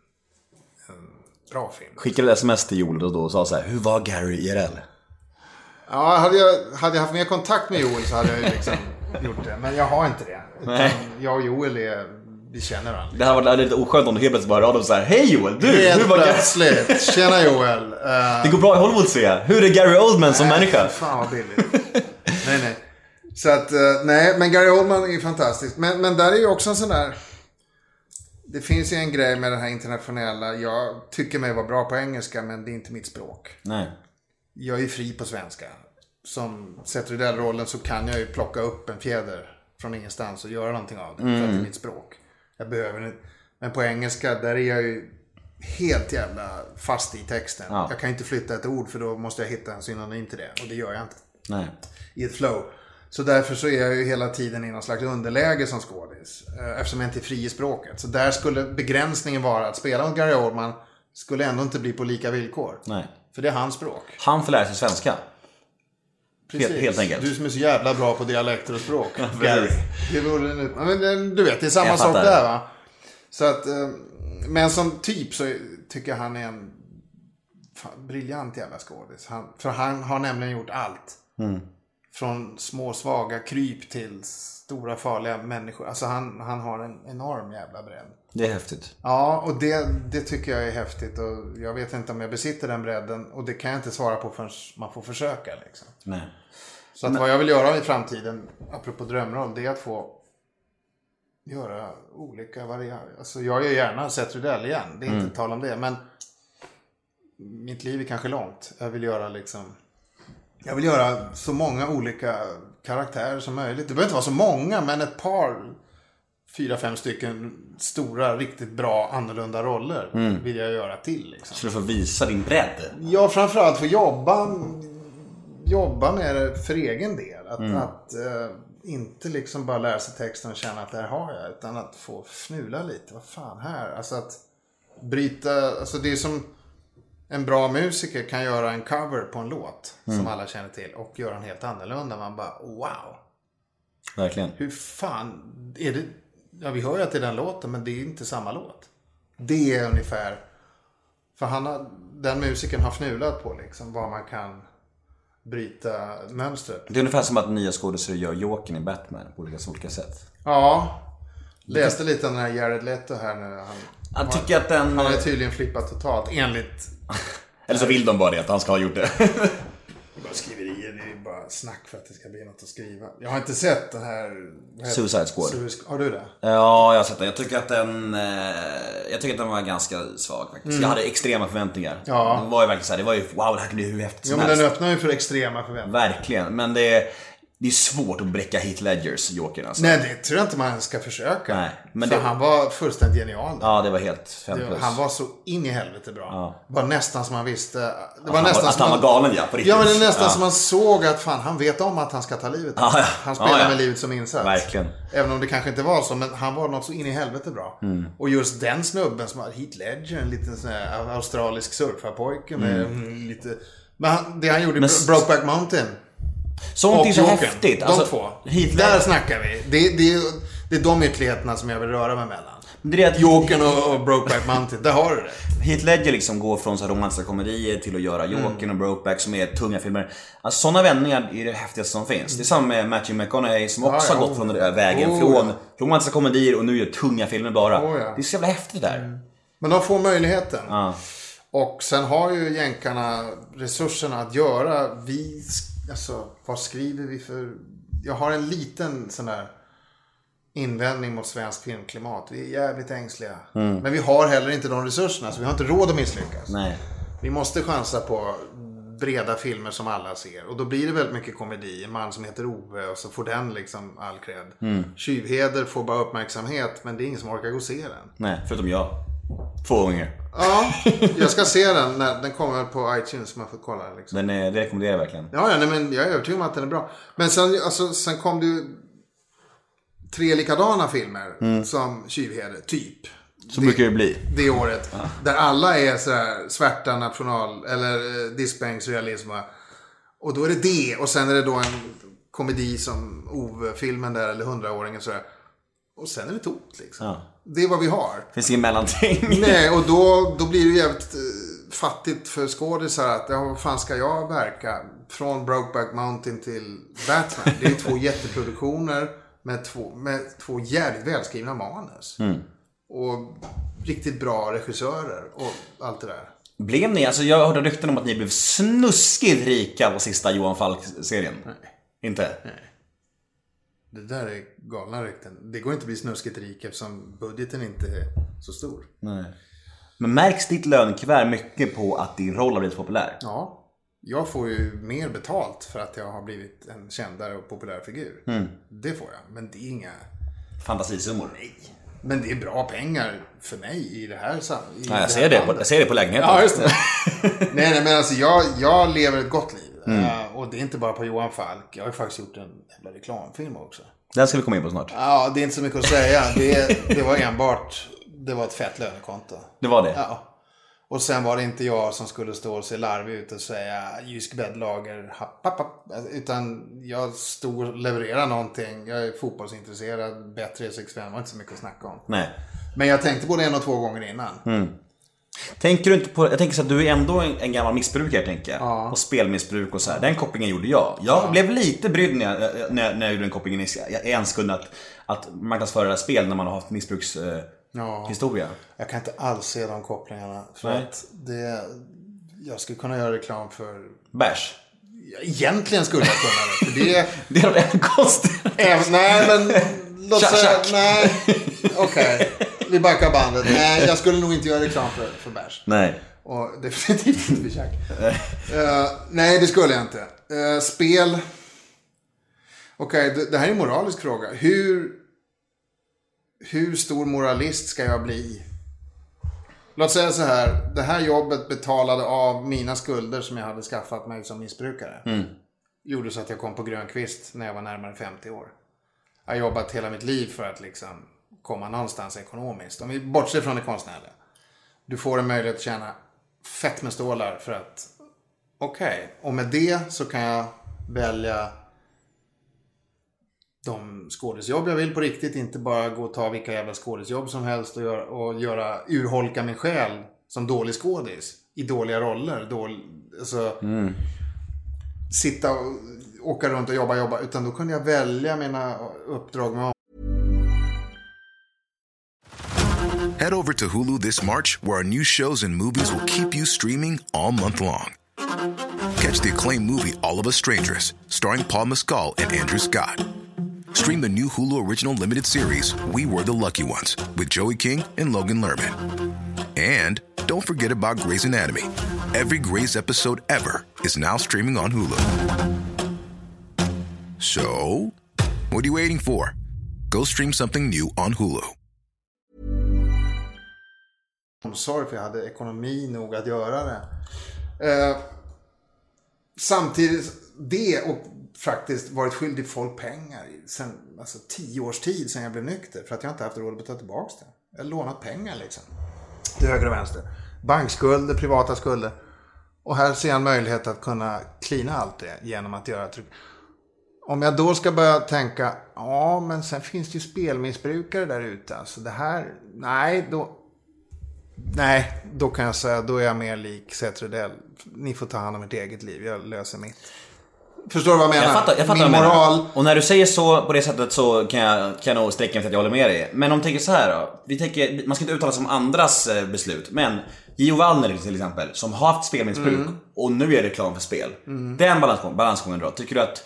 en bra film. Skickade sms till Joel och då och sa så här: hur var Gary I R L? Ja, hade jag, hade jag haft mer kontakt med Joel så hade jag ju liksom gjort det. Men jag har inte det. Utan jag och Joel är, vi känner varandra. Det här var lite oskönt om du helt plötsligt bara radade så här: hej Joel, du, helt hur var plötsligt. Tjena Joel. Uh, det går bra i Hollywood, ser jag. Hur är Gary Oldman som nej, människa? Fan vad billigt. nej, nej. Så att, uh, nej, men Gary Oldman är fantastisk. Men, men där är ju också en sån där... Det finns ju en grej med den här internationella... Jag tycker mig vara bra på engelska, men det är inte mitt språk. Nej. Jag är fri på svenska. Som sätter i den rollen så kan jag ju plocka upp en fjäder från ingenstans och göra någonting av det. Mm. För att det är mitt språk. Jag behöver det. Men på engelska, där är jag ju helt jävla fast i texten. Ja. Jag kan inte flytta ett ord, för då måste jag hitta en synonym till det. Och det gör jag inte. Nej. I ett flow. Så därför så är jag ju hela tiden i någon slags underläge som skådis. Eftersom jag inte är fri i språket. Så där skulle begränsningen vara att spela med Gary Oldman skulle ändå inte bli på lika villkor. Nej. För det är hans språk. Han får lära sig svenska. Precis. Helt, helt enkelt. Du som är så jävla bra på dialekter och språk. Ja, Gary. Det vore, men du vet, det är samma sak där, va? Så att, men som typ så tycker jag han är en fan, briljant jävla skådis. Han, för han har nämligen gjort allt. Mm. Från små svaga kryp till stora farliga människor. Alltså han, han har en enorm jävla bredd. Det är häftigt. Ja, och det, det tycker jag är häftigt. Och jag vet inte om jag besitter den bredden. Och det kan jag inte svara på förrän man får försöka. Liksom. Nej. Så att Men... vad jag vill göra i framtiden, apropå drömroll, det är att få göra olika varianter. Alltså jag gör gärna Seth Rydell igen. Det är mm. inte tal om det. Men mitt liv är kanske långt. Jag vill göra liksom... Jag vill göra så många olika karaktärer som möjligt. Det behöver inte vara så många, men ett par, fyra, fem stycken stora, riktigt bra, annorlunda roller mm. vill jag göra till. Liksom. Så du får visa din bredd? Ja, framförallt få jobba, jobba med det för egen del. Att, mm. att äh, inte liksom bara lära sig texten och känna att det här har jag. Utan att få fnula lite. Vad fan här? Alltså att bryta, alltså det är som... En bra musiker kan göra en cover på en låt mm. som alla känner till och göra en helt annorlunda. Man bara, wow. Verkligen. Hur fan är det? Ja, vi hör ju att det är den låten, men det är inte samma låt. Det är ungefär, för han har, den musiken har fnulat på liksom vad man kan bryta mönstret. Det är ungefär som att nya skådespelare gör Jokern i Batman på olika, olika sätt. Ja. Läste lite om den här Jared Leto här nu. Han, jag tycker att den... han har tydligen flippat totalt, enligt... Eller så vill de bara det, att han ska ha gjort det. Det är bara skriverier, det är bara snack för att det ska bli något att skriva. Jag har inte sett den här... Suicide Squad. Suicide... Har du det? Ja, jag har sett den. Jag tycker att den, jag tycker att den var ganska svag faktiskt. Mm. Jag hade extrema förväntningar. Ja. Det var ju verkligen så här, det var ju, wow, det här kan bli hur häftigt som helst. Ja, men den öppnar ju för extrema förväntningar. Verkligen, men det är... Det är svårt att bräcka Heath Ledgers Joker alltså. Nej, det tror jag inte man ska försöka. Nej, men för det... han var fullständigt genial. Ja, det var helt fem plus. Han var så in i helvete bra. Ja. Det var nästan som man visste. Det var att nästan han, som att han var galen, ja, på riktigt. Ja, men det är nästan ja. som man såg att fan, han vet om att han ska ta livet. Ja, ja. Han spelar ja, ja. med livet som insats. Verkligen. Även om det kanske inte var så, men han var något så in i helvete bra. Mm. Och just den snubben som har Heath Ledger, en liten sån här australisk surfarpojke med mm. lite... Men han, det han gjorde i Brokeback Mountain. Sånt är så Jokern. Häftigt. De alltså, två. Där snackar vi. Det, det, det är de ytterligheterna som jag vill röra mig mellan. Det är att Jokern och, och Brokeback Mountain, där har du det. Heath Ledger liksom går från så romantiska komedier till att göra Jokern mm. och Brokeback som är tunga filmer. Alltså sådana vändningar är det häftigaste som finns. Mm. Det är samma med Matthew McConaughey som också ja, ja, har gått från den där vägen. Oh, från ja. romantiska komedier och nu gör tunga filmer bara. Oh, ja. Det är så jävla häftigt där. Mm. Men de får möjligheten. Ja. Och sen har ju jänkarna resurserna att göra. Vi, alltså, vad skriver vi för... Jag har en liten sån där invändning mot svensk filmklimat. Vi är jävligt ängsliga. Mm. Men vi har heller inte de resurserna, så vi har inte råd att misslyckas. Nej. Vi måste chansa på breda filmer som alla ser. Och då blir det väldigt mycket komedi. En man som heter Ove, och så får den liksom all cred. Mm. Tjuvheder får bara uppmärksamhet, men det är ingen som orkar gå och se den. Nej, förutom jag. Två gånger. Ja, jag ska se den när den kommer på iTunes, som man får kolla. Liksom. Den är, det rekommenderar jag verkligen. Ja, ja nej, men jag är övertygad om att den är bra. Men sen, alltså, sen kom det ju tre likadana filmer mm. som Tjuvheder, typ. Så det, brukar det bli. Det året. Ja. Där alla är så här svärta national eller eh, diskbänksrealism. Och då är det det. Och sen är det då en komedi som Ove-filmen där, eller hundraåringen så där. Och sen är det tomt liksom. Ja. Det är vad vi har. Finns ingen mellanting. Nej, och då, då blir det jävligt eh, fattigt för skådisar att ja, vad fan ska jag verka? Från Brokeback Mountain till Batman. Det är två jätteproduktioner med två, med två jävligt välskrivna manus. Mm. Och riktigt bra regissörer och allt det där. Blev ni, alltså jag hörde rykten om att ni blev snuskigt rika på sista Johan Falk-serien. Nej. Inte? Nej. Det där är galna rykten. Det går inte att bli snuskigt rik eftersom budgeten inte är så stor. Nej. Men märks ditt lönekuvert mycket på att din roll har blivit populär? Ja. Jag får ju mer betalt för att jag har blivit en kändare och populär figur. Mm. Det får jag. Men det är inga... Fantasisummor? Nej. Men det är bra pengar för mig i det här sammanhanget. Ja, jag, ser det på, jag ser det på lägenheten. Ja, just det. nej, nej, men alltså jag, jag lever ett gott liv. Mm. Uh, och det är inte bara på Johan Falk. Jag har ju faktiskt gjort en jävla reklamfilm också. Den ska vi komma in på snart. Ja, det är inte så mycket att säga. Det, det var enbart, det var ett fett lönekonto. Det var det? Ja. Och sen var det inte jag som skulle stå och se larvig ut och säga Jysk bäddlager, happ, happ, happ. Utan jag stod och levererade någonting. Jag är fotbollsintresserad, bättre sexfem, var inte så mycket att snacka om. Nej. Men jag tänkte på det en och två gånger innan. Mm. Tänker du inte på, jag tänker så att du är ändå en, en gammal missbrukare, tänker jag. Ja. Och spelmissbruk och så här. Den kopplingen gjorde jag. Jag ja. blev lite brydd när jag, när, när jag gjorde den kopplingen i, i en sekund att, att marknadsföra spel när man har haft missbruks... Ja, historia. Jag kan inte alls se de kopplingarna. För Nej. att det, jag skulle kunna göra reklam för... Bärs? Egentligen skulle jag kunna det. För det, det är det kostar. Nej, men... Låt säga... Nej, okej. Okay. Vi backar bandet. Nej, jag skulle nog inte göra reklam för, för bärs. Nej. Och definitivt inte för tjack. uh, nej, det skulle jag inte. Uh, spel... Okej, okay, det, det här är en moralisk fråga. Hur... Hur stor moralist ska jag bli? Låt säga så här. Det här jobbet betalade av mina skulder som jag hade skaffat mig som missbrukare. Mm. Gjorde så att jag kom på Grönkvist när jag var närmare femtio år. Jag har jobbat hela mitt liv för att liksom komma någonstans ekonomiskt. Om vi bortser från det konstnärliga. Du får en möjlighet att tjäna fett med stålar för att... Okej, okay. Och med det så kan jag välja... de skådisjobb jag vill på riktigt, inte bara gå och ta vilka jävla skådisjobb som helst och göra, och göra urholka min själ som dålig skådis i dåliga roller, dålig, alltså mm. sitta och åka runt och jobba jobba utan då kunde jag välja mina uppdrag med. Head over to Hulu this March, where our new shows and movies will keep you streaming all month long. Catch the acclaimed movie All of Us Strangers, starring Paul Mescal and Andrew Scott. Stream the new Hulu original limited series We Were the Lucky Ones with Joey King and Logan Lerman. And don't forget about Grey's Anatomy. Every Grey's episode ever is now streaming on Hulu. So, what are you waiting for? Go stream something new on Hulu. Sorry för jag hade ekonomi nog att göra det. Eh, samtidigt det och faktiskt varit skyldig folk pengar sen alltså tio års tid sedan jag blev nykter för att jag inte haft råd att betala tillbaka det. Jag har lånat pengar liksom. Till höger och vänster. Bankskulder, privata skulder. Och här ser jag en möjlighet att kunna klina allt det genom att göra tryck. Om jag då ska börja tänka, ja men sen finns det ju spelmissbrukare där ute. Alltså det här, nej då, nej då kan jag säga, då är jag mer lik Seth Rudell. Ni får ta hand om ert eget liv, jag löser mitt. Förstår du vad jag menar? Jag fattar, jag fattar Min vad jag moral... menar. Och när du säger så på det sättet så kan jag, kan jag nog sträcka mig till att jag håller med dig. Men om vi tänker så här då. Vi tänker, man ska inte uttala sig om andras beslut. Men Gio Wallner till exempel, som har haft spelmissbruk mm. och nu är reklam för spel. Mm. Den balans, balansgången då. Tycker du att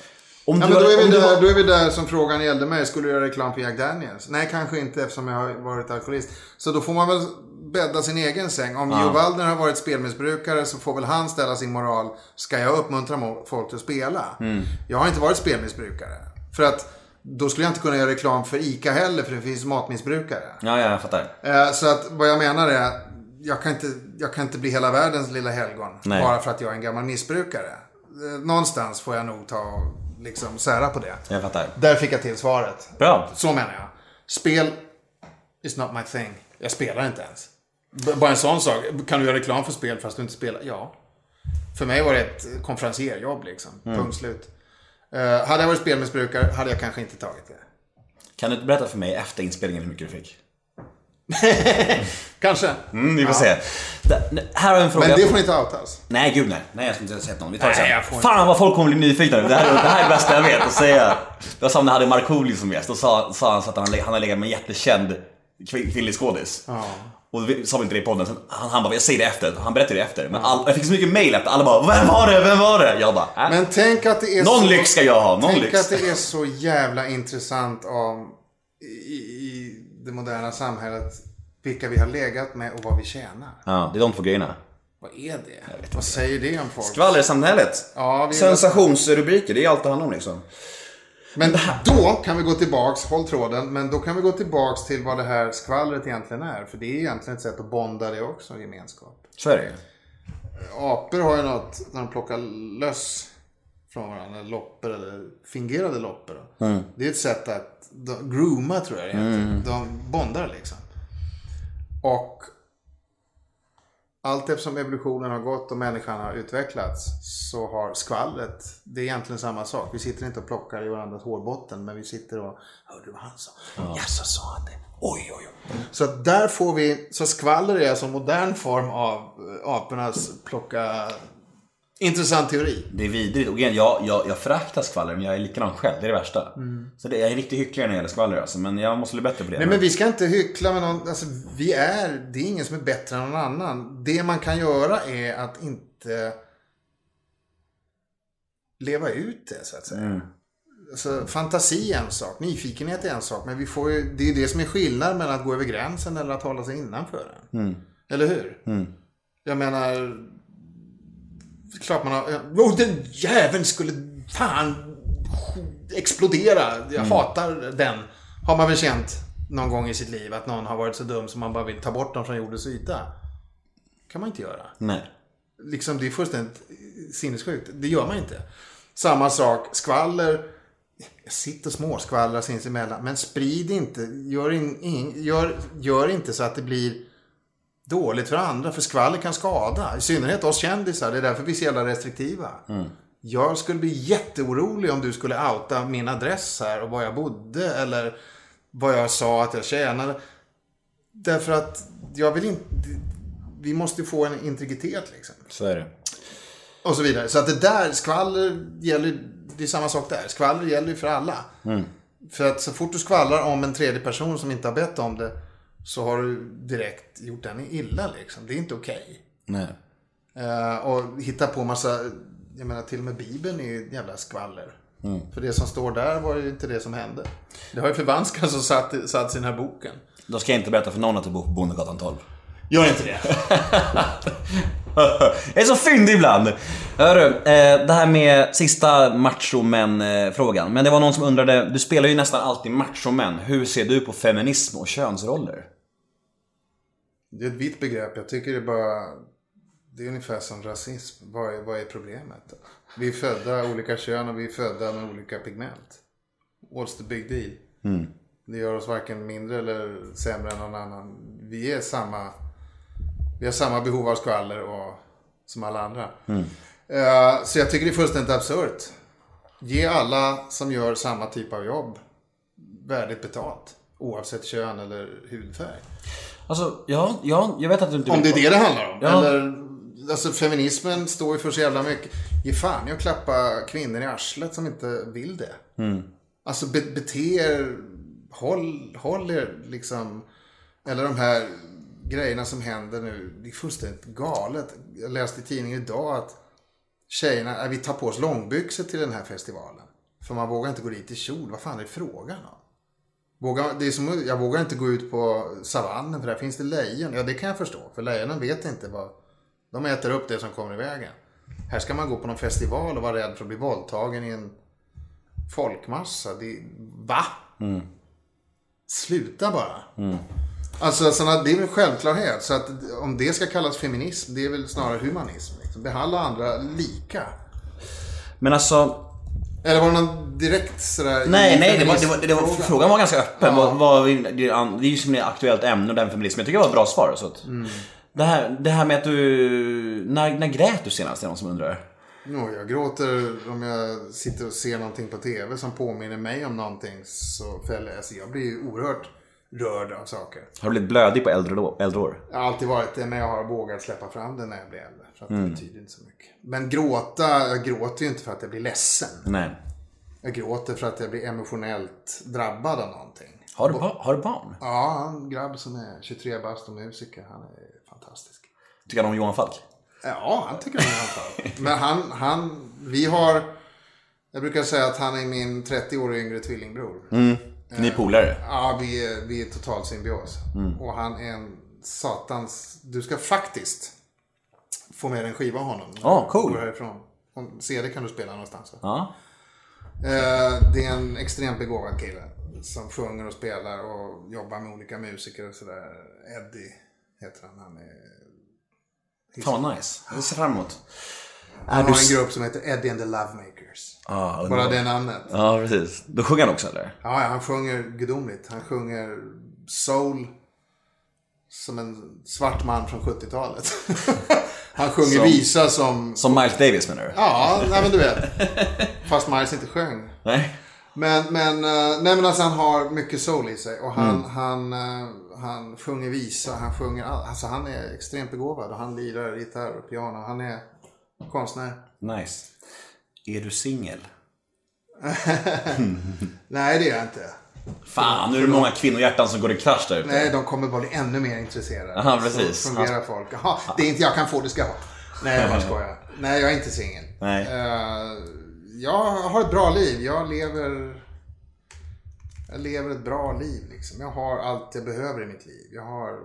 Om ja, men då, är vi där, var... då är vi där som frågan gällde mig. Skulle du göra reklam för Jack Daniels? Nej, kanske inte eftersom jag har varit alkoholist. Så då får man väl bädda sin egen säng. Om ja. Gio Waldner har varit spelmissbrukare så får väl han ställa sin moral. Ska jag uppmuntra folk att spela? Mm. Jag har inte varit spelmissbrukare. För att då skulle jag inte kunna göra reklam för ICA heller, för det finns matmissbrukare. Ja, ja, jag fattar. Så att vad jag menar är, jag kan inte, jag kan inte bli hela världens lilla helgon. Nej. Bara för att jag är en gammal missbrukare. Någonstans får jag nog ta liksom sära på det. Jag fattar. Där fick jag till svaret. Bra. Så menar jag. Spel is not my thing. Jag spelar inte ens. B- bara en sån sak. Kan du göra reklam för spel fast du inte spelar? Ja. För mig var det ett konferencierjobb liksom. Mm. Punkt slut. Uh, hade jag varit spelmissbrukare hade jag kanske inte tagit det. Kan du berätta för mig efter inspelningen hur mycket du fick? Kanske. Mm, vi får ja. se. Det, här har en fråga. Men det får inte outas. Nej, gud nej. Nej, jag ska inte säga någon. Vi tar nej, det sen. Fan vad folk kommer bli nyfikna. Det här, det här är det bästa jag vet att säga. Det var som när hade Markoolio som gäst. Då sa, sa han så att han, han har legat med en jättekänd kvinnlig skådis. Ja. Och vi sa inte det i podden. Han, han bara, jag säger det efter. Han berättade det efter. Men all, jag fick så mycket mejl efter. Alla bara, vem var det? Vem var det? Jag bara, äh. Men tänk att det är någon så, lyx ska jag ha. Någon tänk lyx. att det är så jävla intressant om i, i det moderna samhället vilka vi har legat med och vad vi tjänar. Ja, det är de två grejerna. Vad är det? Vad säger det om folk? Skvallersamhället. Ja, vi sensationsrubriker, det är allt det handlar om liksom. Men då kan vi gå tillbaks, håll tråden, men då kan vi gå tillbaks till vad det här skvallret egentligen är. För det är egentligen ett sätt att bonda det också, gemenskap. Så är det. Apor har ju något, när de plockar löss från varandra, loppor eller fingerade loppor. Mm. Det är ett sätt att de, grooma tror jag egentligen. Mm. De bondar liksom. Och allt eftersom evolutionen har gått och människan har utvecklats så har skvallret, det är egentligen samma sak. Vi sitter inte och plockar i varandras hårbotten, men vi sitter och, hörde du vad han sa? Ja, ja så sa han det. Oj, oj, oj. Så där får vi, så skvaller är alltså en modern form av apornas plocka. Intressant teori. Det är vidrigt. Och igen, jag, jag, jag föraktar skvaller, men jag är likadan själv. Det är det värsta. Mm. Så det, jag är riktigt hycklare när det gäller skvaller. Alltså, men jag måste bli bättre på det. Nej, men vi ska inte hyckla med någon. Alltså, vi är, det är ingen som är bättre än någon annan. Det man kan göra är att inte leva ut det, så att säga. Mm. Alltså, fantasi är en sak. Nyfikenhet är en sak. Men vi får ju, det är det som är skillnad mellan att gå över gränsen eller att hålla sig innanför den. Mm. Eller hur? Mm. Jag menar... Klart man har... Oh, den jäveln skulle fan explodera. Jag mm. hatar den. Har man väl känt någon gång i sitt liv att någon har varit så dum som man bara vill ta bort dem från jordens yta. Kan man inte göra. Nej. Liksom det är fullständigt sinnessjukt. Det gör man inte. Samma sak. Skvaller. Jag sitter och små skvallrar sinsemellan. Men sprid inte. Gör, in, in, gör, gör inte så att det blir... dåligt för andra, för skvaller kan skada. I synnerhet oss kändisar, det är därför vi är så jävla restriktiva. Mm. Jag skulle bli jätteorolig om du skulle outa min adress här och var jag bodde eller vad jag sa att jag tjänade. Därför att jag vill inte... Vi måste få en integritet liksom. Så är det. Och så vidare. Så att det där, skvaller gäller... Det är samma sak där. Skvaller gäller ju för alla. Mm. För att så fort du skvallrar om en tredje person som inte har bett om det så har du direkt gjort den illa liksom. Det är inte okej. Okay. Nej. Uh, och hitta på massa, jag menar till och med Bibeln är ju jävla skvaller. Mm. För det som står där var ju inte det som hände. Det har ju förvanskats och satt, satt i den här boken. Då ska jag inte berätta för någon att du bor på Bondegatan tolv. Gör inte det. Jag är så fyndig ibland. Hörru, eh, det här med sista machomän-frågan. Men det var någon som undrade, du spelar ju nästan alltid machomän. Hur ser du på feminism och könsroller? Det är ett vitt begrepp. Jag tycker det är bara... Det är ungefär som rasism. Vad är, vad är problemet? Vi är födda olika kön och vi är födda med olika pigment. What's the big deal? Mm. Det gör oss varken mindre eller sämre än någon annan. Vi är samma... Vi har samma behov av skvaller och, som alla andra. Mm. Uh, så jag tycker det är fullständigt absurt. Ge alla som gör samma typ av jobb värdigt betalt. Oavsett kön eller hudfärg. Alltså, ja, ja, jag vet att du inte... Om det är det det handlar om. Ja. Eller, alltså feminismen står ju för så jävla mycket. Ge fan, jag klappar kvinnor i arslet som inte vill det. Mm. Alltså be- bete er, håll, håll er liksom... Eller de här... grejerna som händer nu, det är fullständigt galet. Jag läste i tidningen idag att tjejerna, vi tar på oss långbyxor till den här festivalen. För man vågar inte gå dit i kjol. Vad fan är frågan om? Vågar, det är som, jag vågar inte gå ut på savannen för där finns det lejon. Ja, det kan jag förstå. För lejonen vet inte vad... De äter upp det som kommer i vägen. Här ska man gå på någon festival och vara rädd för att bli våldtagen i en folkmassa. Det, va? Mm. Sluta bara. Mm. Alltså såna, det är väl självklarhet. Så att om det ska kallas feminism, det är väl snarare humanism. Liksom. Behandla andra lika. Men alltså... Eller var det någon direkt sådär... Nej, nej, det var, det var, det var, frågan var ganska öppen. Ja. Vad, vad, det, det är ju som ett aktuellt ämne och den feminismen. Jag tycker det var ett bra svar. Så att, mm. det, här, det här med att du... När, när grät du senast? Det är någon som undrar. No, jag gråter om jag sitter och ser någonting på tv som påminner mig om någonting. Så, för alltså, jag blir ju oerhört rörd av saker. Har du blivit blödig på äldre, då, äldre år? Jag har alltid varit det, men jag har vågat släppa fram det när jag blir äldre. För att mm. det betyder inte så mycket. Men gråta, jag gråter ju inte för att jag blir ledsen. Nej. Jag gråter för att jag blir emotionellt drabbad av någonting. Har du, har du barn? Ja, en grabb som är tjugotre bast och musiker. Han är fantastisk. Tycker han om Johan Falk? Ja, han tycker om Johan Falk. Men han, han, vi har... Jag brukar säga att han är min trettio år yngre tvillingbror. Mm. Ni är polare? Ja, vi är, vi är total symbios. Mm. Och han är en satans... Du ska faktiskt få med en skiva av honom. Ja, oh, cool. Härifrån. C D kan du spela någonstans. Ja. Det är en extremt begåvad kille som sjunger och spelar och jobbar med olika musiker och sådär. Eddie heter han. Han är... Fan vad nice. Det ser fram emot. Han har en grupp som heter Eddie and the Lovemakers. Ah, bara det namnet. Ja, precis. Då sjunger han också, eller? Ja, han sjunger gudomligt. Han sjunger soul som en svart man från sjuttiotalet. Han sjunger som, visa som... Som Miles Davis, menar du? Ja, nej, men du vet. Fast Miles inte sjöng. Nej. Men, men, nej, men alltså, han har mycket soul i sig. Och han, mm. han, han sjunger visa. Han sjunger... Alltså han är extremt begåvad. Och han lirar gitarr och piano. Han är konstnär. Nice. Är du singel? Nej, det är jag inte. Fan, nu är det många kvinnohjärtan som går i krasch där ute. Nej, de kommer bara bli ännu mer intresserade. Aha, precis. Så fungerar folk. Jaha, det är inte jag kan få, det ska jag ha. Nej, jag bara skojar. Nej, jag är inte singel. Nej. Uh, jag har ett bra liv. Jag lever... Jag lever ett bra liv liksom. Jag har allt jag behöver i mitt liv. Jag har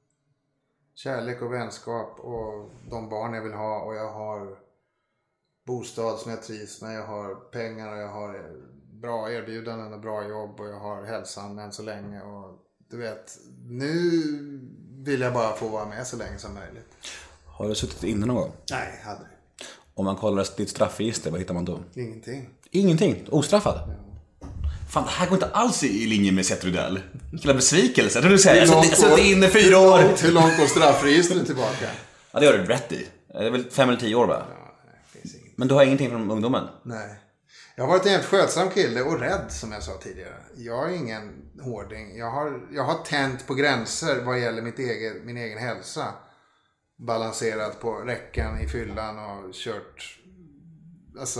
kärlek och vänskap och de barn jag vill ha. Och jag har bostad som jag trivs med. Jag har pengar och jag har bra erbjudanden och bra jobb. Och jag har hälsan än så länge. Och du vet, nu vill jag bara få vara med så länge som möjligt. Har du suttit inne någon gång? Nej, aldrig. Om man kollar ditt straffregister, vad hittar man då? Ingenting. Ingenting? Ostraffad? Ja. Fan, det här går inte alls i linje med Seth Rudell. Vilken besvikelse. Jag säger, jag satt alltså, inne fyra år. Hur långt, hur långt går straffregistret tillbaka? Ja, det har du rätt i. Det är väl fem eller tio år, va? Ja, det finns inget. Men du har ingenting från ungdomen? Nej. Jag har varit en helt skötsam kille och rädd, som jag sa tidigare. Jag är ingen hårding. Jag har, jag har tänt på gränser vad gäller mitt egen, min egen hälsa. Balanserat på räcken i fyllan och kört alltså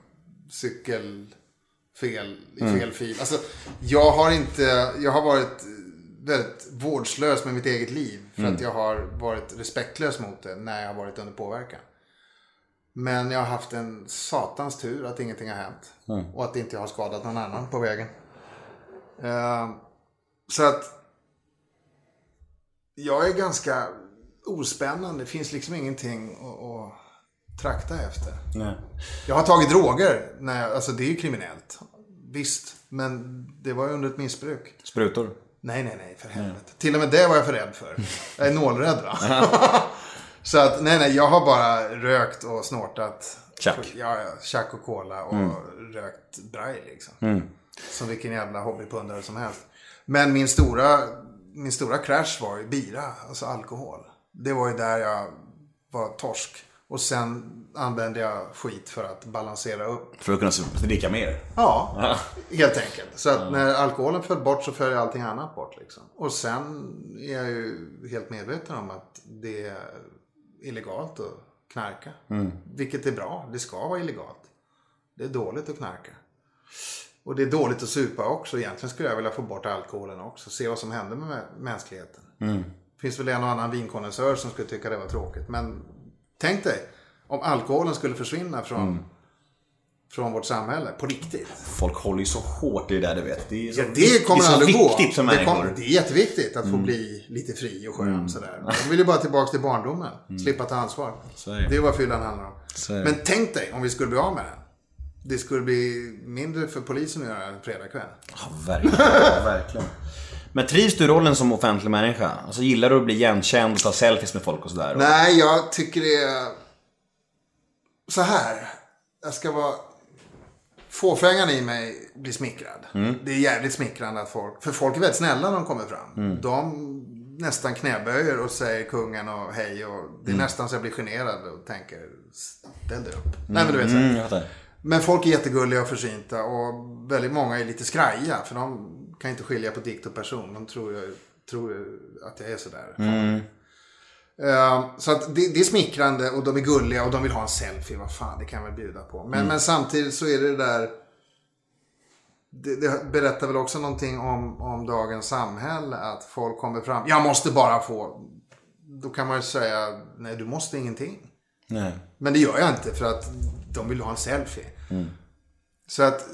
cykel fel i fel mm. fil. Alltså jag har inte jag har varit väldigt vårdslös med mitt eget liv för mm. att jag har varit respektlös mot det när jag har varit under påverkan. Men jag har haft en satans tur att ingenting har hänt mm. och att inte jag har skadat någon annan på vägen. Uh, så att jag är ganska ospännande. Det finns liksom ingenting att, att trakta efter. Nej. Jag har tagit droger. Nej, alltså det är ju kriminellt. Visst, men det var ju under ett missbruk. Sprutor? Nej, nej, nej, för helvete. Nej. Till och med det var jag för rädd för. Jag är nålrädd, va? Så att, nej, nej, jag har bara rökt och snortat. Chack. Ja, chack och cola och mm. rökt braj liksom. Mm. Som vilken jävla hobbypundare som helst. Men min stora... Min stora crash var ju bira, alltså alkohol. Det var ju där jag var torsk. Och sen använde jag skit för att balansera upp. För att kunna dricka mer? Ja, helt enkelt. Så att när alkoholen föll bort så föll allting annat bort. Liksom. Och sen är jag ju helt medveten om att det är illegalt att knarka. Mm. Vilket är bra, det ska vara illegalt. Det är dåligt att knarka. Och det är dåligt att supa också. Egentligen skulle jag vilja få bort alkoholen också. Se vad som händer med mänskligheten. Mm. Det finns väl en och annan vinkonnässör som skulle tycka det var tråkigt. Men tänk dig, om alkoholen skulle försvinna från, mm. från vårt samhälle, på riktigt. Folk håller ju så hårt i det där, du vet. Det är så, ja, det kommer det är så aldrig viktigt gå. för det, människor. kom, det är jätteviktigt att få mm. bli lite fri och skön mm. sådär. De vill ju bara tillbaka till barndomen. Mm. Slippa ta ansvar. Är det är vad fyllan handlar om. Men tänk dig om vi skulle bli av med den. Det skulle bli mindre för polisen att göra en fredagkväll. Ja, verkligen. verkligen. Men trivs du i rollen som offentlig människa? Alltså gillar du att bli igenkänd och ta selfies med folk och sådär? Nej, jag tycker det är så här. Jag ska vara... Fåfängan i mig blir smickrad. Mm. Det är jävligt smickrande att folk... För folk är väldigt snälla när de kommer fram. Mm. De nästan knäböjer och säger kungen och hej. Och det är mm. nästan så jag blir generad och tänker, ställ dig upp. Mm. Nej, men du vet så. Mm, jag vet. Men folk är jättegulliga och försynta. Och väldigt många är lite skraja. För de kan inte skilja på dikt och person. De tror, jag, tror att jag är sådär. Mm. Uh, så att det, det är smickrande och de är gulliga och de vill ha en selfie. Vad fan, det kan jag väl bjuda på. Men, mm. men samtidigt så är det det där... Det, det berättar väl också någonting om, om dagens samhälle. Att folk kommer fram. Jag måste bara få... Då kan man ju säga, nej du måste ingenting. Nej. Men det gör jag inte för att de vill ha en selfie. Mm. Så att...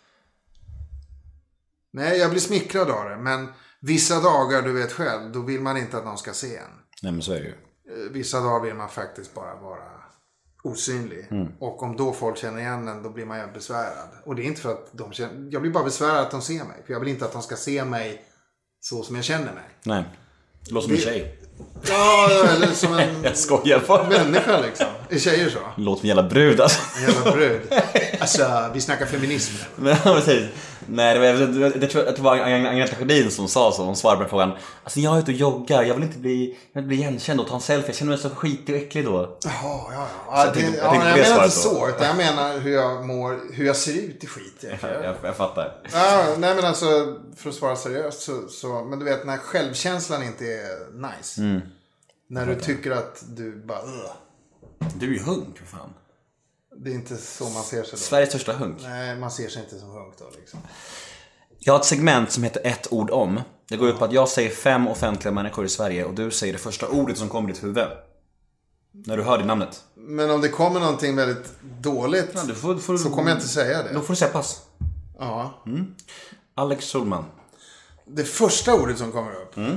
Nej, jag blir smickrad av det. Men vissa dagar, du vet själv, då vill man inte att någon ska se en. Nej, men så är det ju. Vissa dagar vill man faktiskt bara vara osynlig. Mm. Och om då folk känner igen en, då blir man ju besvärad. Och det är inte för att de känner... Jag blir bara besvärad att de ser mig. För jag vill inte att de ska se mig så som jag känner mig. Nej, det låter som det... en tjej. Ja, eller som en... jag skojar på. Människa liksom. Är tjejer så? Låter som en jävla brud alltså. En jävla brud. Alltså, vi snackar feminism. Men, precis. Nej, det var, jag, jag tror att det var Agneta Sjödin som sa så. Hon svarade på frågan. Alltså jag är ute och joggar. Jag vill inte bli, jag vill bli igenkänd och ta en selfie. Jag känner mig så skitig och äcklig då. Jaha, ja, ja. ja, jag, tänkte, ja, jag, jag menar inte så. Utan jag menar hur jag mår, hur jag ser ut i skit. Jag, jag, jag fattar. Ja, nej men alltså, för att svara seriöst så, så men du vet, när självkänslan inte är nice. Mm. När du tycker att du bara... Uh. Du är ju hunk, för fan. Det är inte så man ser sig då. Sveriges största hunk. Nej, man ser sig inte som hunk då liksom. Jag har ett segment som heter ett ord om. Det går ut på att jag säger fem offentliga människor i Sverige och du säger det första ordet som kommer i ditt huvud. När du hör det namnet. Men om det kommer någonting väldigt dåligt ja, du får, får, så kommer jag inte säga det. Då får du säga pass. Ja. Mm. Alex Schulman. Det första ordet som kommer upp. Mm.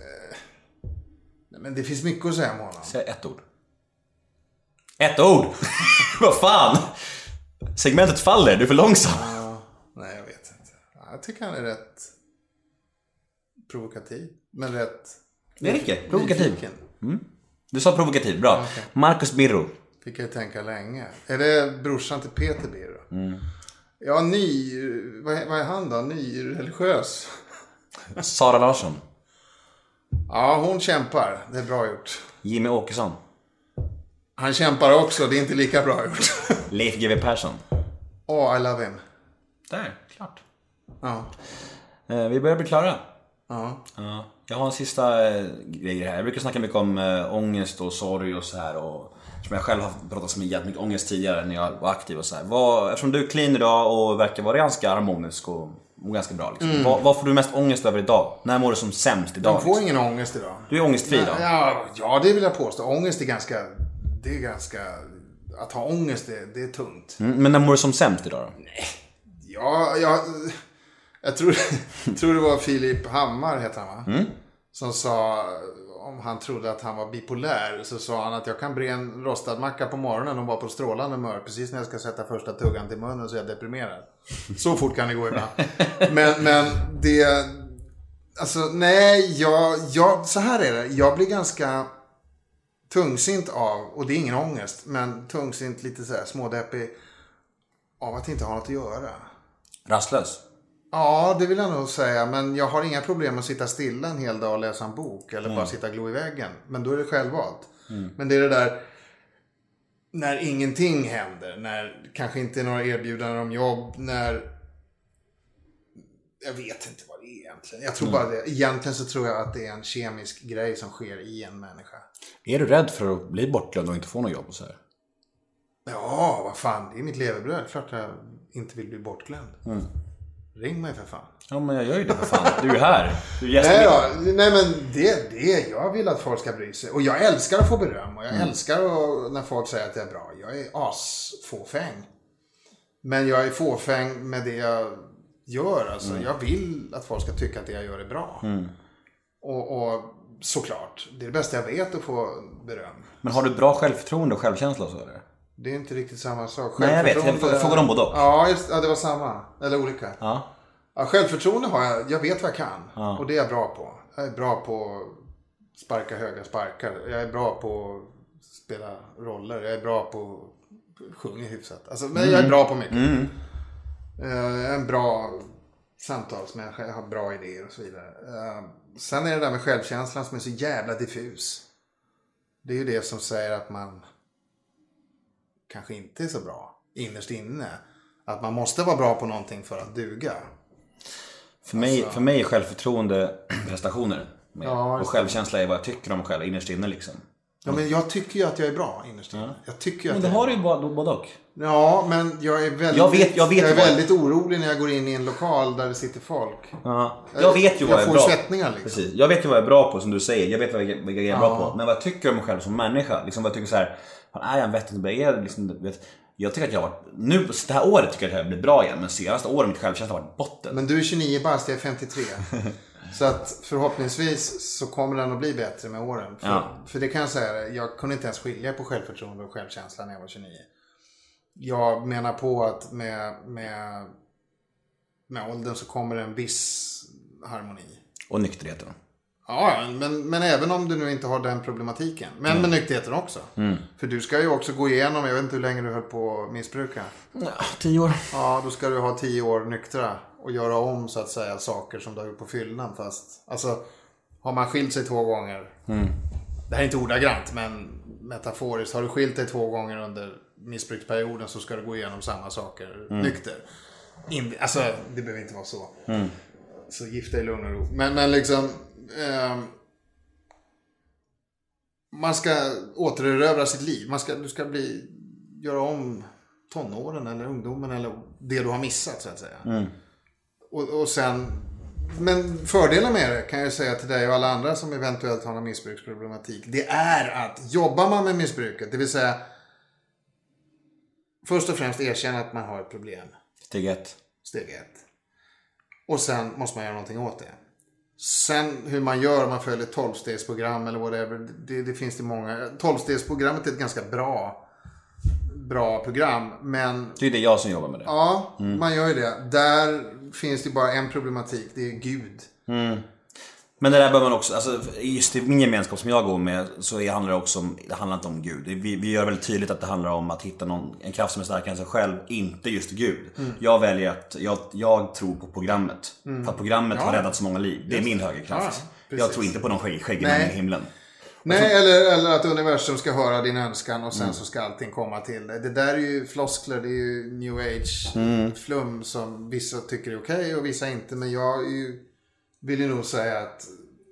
Men det finns mycket att säga om honom. Säg ett ord. Ett ord? Vad fan? Segmentet faller, du är för långsam. Ja, nej, jag vet inte. Jag tycker han är rätt provokativ. Men rätt... Det är riktigt, provokativ. Mm. Du sa provokativ, bra. Okay. Marcus Birro. Fick jag tänka länge. Är det brorsan till Peter Birro? Mm. Ja, ny... Vad är, vad är han då? Ny religiös. Sara Larsson. Ja, hon kämpar. Det är bra gjort. Jimmy Åkesson. Han kämpar också. Det är inte lika bra gjort. Leif G W Persson. Oh, I love him. Där, klart. Ja. Eh, vi börjar bli klara. Ja. Ja. Jag har en sista eh, grej här. Jag brukar snacka mycket om äh, ångest och sorg och så här. Och, som jag själv har pratat med jävligt mycket ångest tidigare när jag var aktiv och så här. Vad, eftersom du är clean idag och verkar vara ganska harmonisk och, och ganska bra. Liksom. Mm. Vad, vad får du mest ångest över idag? När mår du som sämst idag? Jag får liksom? ingen ångest idag. Du är ångestfri idag? Ja, ja, det vill jag påstå. Ångest är ganska... Det är ganska... Att ha ångest, det, det är tungt. Mm, men när mår du som sämst idag då? Nej. Ja, jag... Jag tror, tror det var Filip Hammar, heter han va? Mm. Som sa... Om han trodde att han var bipolär så sa han att jag kan bre en rostad macka på morgonen och vara på strålande mör. Precis när jag ska sätta första tuggan till munnen så är jag deprimerad. Så fort kan det gå ibland. Men, men det... Alltså nej, jag, jag, så här är det. Jag blir ganska tungsint av, och det är ingen ångest, men tungsint lite så här smådeppig av att inte ha något att göra. Rastlös? Ja, det vill jag nog säga. Men jag har inga problem att sitta stilla en hel dag och läsa en bok. Eller mm. bara sitta och glo i väggen. Men då är det självvalt. Mm. Men det är det där... När ingenting händer. När kanske inte är några erbjudanden om jobb. När... Jag vet inte vad det är egentligen. Jag tror mm. bara det. Egentligen så tror jag att det är en kemisk grej som sker i en människa. Är du rädd för att bli bortglömd och inte få något jobb och så här? Ja, vad fan. Det är mitt levebröd. Klart jag inte vill bli bortglömd. Mm. Ring mig för fan. Ja, men jag gör ju det för fan. Du är här. Du är nej, då, nej, men det, det jag vill att folk ska bry sig. Och jag älskar att få beröm. Och jag mm. älskar att, när folk säger att det är bra. Jag är asfåfäng. Men jag är fåfäng med det jag gör. Alltså. Mm. Jag vill att folk ska tycka att det jag gör är bra. Mm. Och, och såklart, det är det bästa jag vet att få beröm. Men har du bra självförtroende och självkänsla så eller? Det är inte riktigt samma sak. Nej, jag vet. Jag frågar om både och. Ja, just, ja, det var samma. Eller olika. Ja. Ja, självförtroende har jag. Jag vet vad jag kan. Ja. Och det är jag bra på. Jag är bra på att sparka höga sparkar. Jag är bra på att spela roller. Jag är bra på att sjunga hyfsat. Alltså, men mm. jag är bra på mycket. Mm. Jag är en bra samtalsmänniska. Jag har bra idéer och så vidare. Sen är det där med självkänslan som är så jävla diffus. Det är ju det som säger att man kanske inte är så bra innerst inne. Att man måste vara bra på någonting för att duga. För mig, alltså, för mig är självförtroende prestationer. Ja, och självkänsla är vad jag tycker om mig själv innerst inne liksom. Ja, men jag tycker ju att jag är bra innerst inne. Ja. Jag tycker ju att men det har du ju både och. Ja, men jag är väldigt, jag vet, jag vet jag är väldigt orolig när jag går in i en lokal där det sitter folk. Ja. Jag vet ju vad jag, jag är bra på. Liksom. Precis. Jag vet ju vad jag är bra på, som du säger. Jag vet vad jag, vad jag är ja. bra på. Men vad jag tycker om mig själv som människa. Liksom vad jag tycker så här. Är jag en vettig bägare? Liksom, vet, jag tycker att jag har varit... Nu, det här året tycker jag att jag har blivit bra igen. Men senaste året mitt självkänsla har varit botten. Men du är tjugonio bast, jag är femtiotre. Så att förhoppningsvis så kommer den att bli bättre med åren. För, ja. för det kan jag säga, jag kunde inte ens skilja på självförtroende och självkänsla när jag var tjugonio. Jag menar på att med, med, med åldern så kommer en viss harmoni. Och nykterheten. Ja, men, men även om du nu inte har den problematiken. Men mm. med nykterheten också. Mm. För du ska ju också gå igenom, jag vet inte hur länge du höll på att missbruka. Ja, tio år. Ja, då ska du ha tio år nyktra. Och göra om så att säga saker som du har gjort på fyllan. Fast, alltså, har man skilt sig två gånger. Mm. Det här är inte ordagrant, men metaforiskt. Har du skilt dig två gånger under missbruksperioden så ska du gå igenom samma saker mm. nykter. In, alltså, det behöver inte vara så. Mm. Så gift dig i lugn och ro. Men, men liksom... Eh, man ska återerövra sitt liv. Man ska, du ska bli... Göra om tonåren eller ungdomen eller det du har missat så att säga. Mm. Och, och sen, men fördelen med det kan jag säga till dig och alla andra som eventuellt har någon missbruksproblematik. Det är att jobbar man med missbruket, det vill säga först och främst erkänna att man har ett problem. Steg ett. Steg ett. Och sen måste man göra någonting åt det. Sen hur man gör om man följer tolv-stegsprogram eller whatever, det, det finns det många. tolv-stegsprogrammet är ett ganska bra bra program, men... Det är det jag som jobbar med det. Ja, mm. man gör ju det. Där finns det bara en problematik, det är Gud. Mm. Men det där bör man också, alltså just i min gemenskap som jag går med så är, handlar det också om, det handlar inte om Gud. Vi, vi gör väldigt tydligt att det handlar om att hitta någon, en kraft som är starkare än sig själv, inte just Gud. Mm. Jag väljer att, jag, jag tror på programmet. Mm. För att programmet ja. har räddat så många liv. Det är min högerkraft. Ja, jag tror inte på någon skägg, skäggen i himlen. Nej, eller, eller att universum ska höra din önskan och sen mm. så ska allting komma till dig. Det där är ju floskler, det är ju new age mm. flum som vissa tycker är okej okay och vissa inte. Men jag är ju, vill ju nog säga att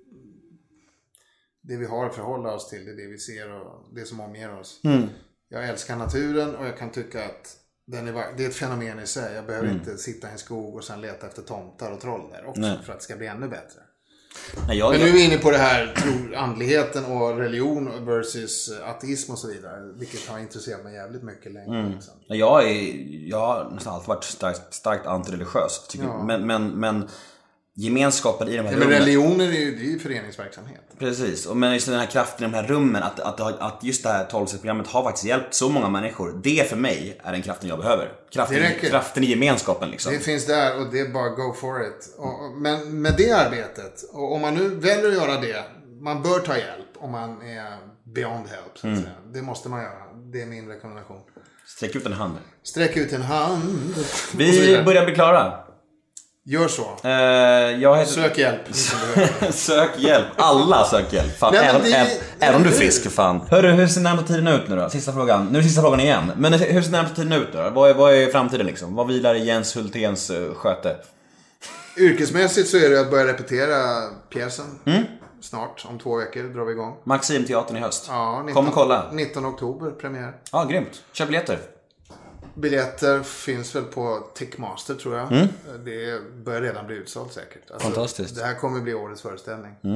det vi har att förhålla oss till, det är det vi ser och det som omger oss. Mm. Jag älskar naturen och jag kan tycka att den är, det är ett fenomen i sig. Jag behöver mm. inte sitta i en skog och sen leta efter tomtar och troll där också. Nej. För att det ska bli ännu bättre. Nej, jag, men nu är vi inne på det här tro, andligheten och religion versus ateism och så vidare. Vilket har intresserat mig jävligt mycket längre. Mm. Liksom. Jag, är, jag har nästan alltid varit starkt, starkt antireligiös. Tycker ja. men, men, men gemenskapen i de här ja, rummen... Men religioner är ju, det är ju föreningsverksamhet. Precis, och men just den här kraften i de här rummen. Att, att, att just det här tolv-stegsprogrammet har faktiskt hjälpt så många människor. Det för mig är den kraften jag behöver. Kraften, kraften i gemenskapen liksom. Det finns där och det är bara go for it. Och, men med det arbetet, och om man nu väljer att göra det, man bör ta hjälp om man är beyond help så att mm. säga. Det måste man göra, det är min rekommendation. Sträck ut en hand. Sträck ut en hand. Vi börjar bli klara. Gör så. Uh, jag heter... Sök hjälp. Sök hjälp. Alla sök hjälp. Fan, nej, även, det... även, även om du är frisk, fan. Hörru, hur ser närmsta tiden ut nu då? Sista frågan. Nu är sista frågan igen. Men hur ser närmsta tiden ut då? Vad är, vad är framtiden liksom? Vad vilar i Jens Hulténs uh, sköte? Yrkesmässigt så är det att börja repetera pjäsen. Mm. Snart, om två veckor drar vi igång. Maximteatern i höst. Ja, nitton, kom och kolla. nitton oktober premiär. Ja, grymt. Köp biljetter. Biljetter finns väl på Tickmaster tror jag. Mm. Det börjar redan bli utsålt säkert. Alltså, fantastiskt. Det här kommer bli årets föreställning. Mm.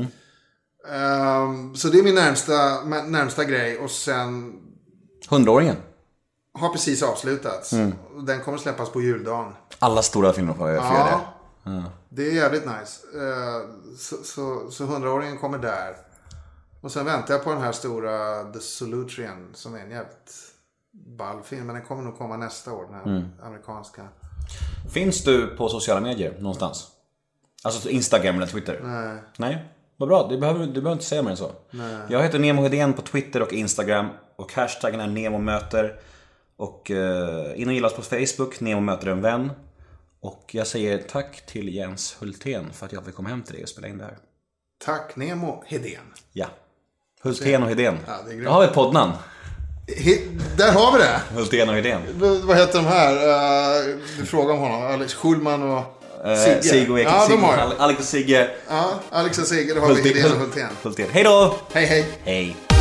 Um, så det är min närmsta, närmsta grej. Och sen... Hundraåringen. har precis avslutats. Mm. Den kommer släppas på juldagen. Alla stora filmer får jag ja, det. Mm. Det är jävligt nice. Uh, så, så, så hundraåringen kommer där. Och sen väntar jag på den här stora The Solutrean som är en jävligt ball film. Men den kommer nog komma nästa år, den här mm. amerikanska. Finns du på sociala medier någonstans? Alltså Instagram eller Twitter? Nej. Nej? Vad bra, du behöver, du behöver inte säga mer än så. Nej. Jag heter Nemo Hedén på Twitter och Instagram. Och hashtaggen är NEMOMÖTER. Och uh, in och gilla oss på Facebook, Nemo möter en vän. Och jag säger tack till Jens Hultén för att jag fick komma hem till dig och spela in det här. Tack Nemo Hedén. Ja, Hultén och Hedén. Ja, det är Då har vi ett poddnamn. He- där har vi det. Hultén och Hedén. V- vad heter de här? Uh, du frågar om honom. Alex Schulman och Sigge. Uh, Sigge och Eke. Ja, Sigge. de har Alex och Sigge. Ja, Alex och Sigge. Då har Hultén, vi Hedén och Hultén. Hultén. Hej då! Hej, hej. Hej.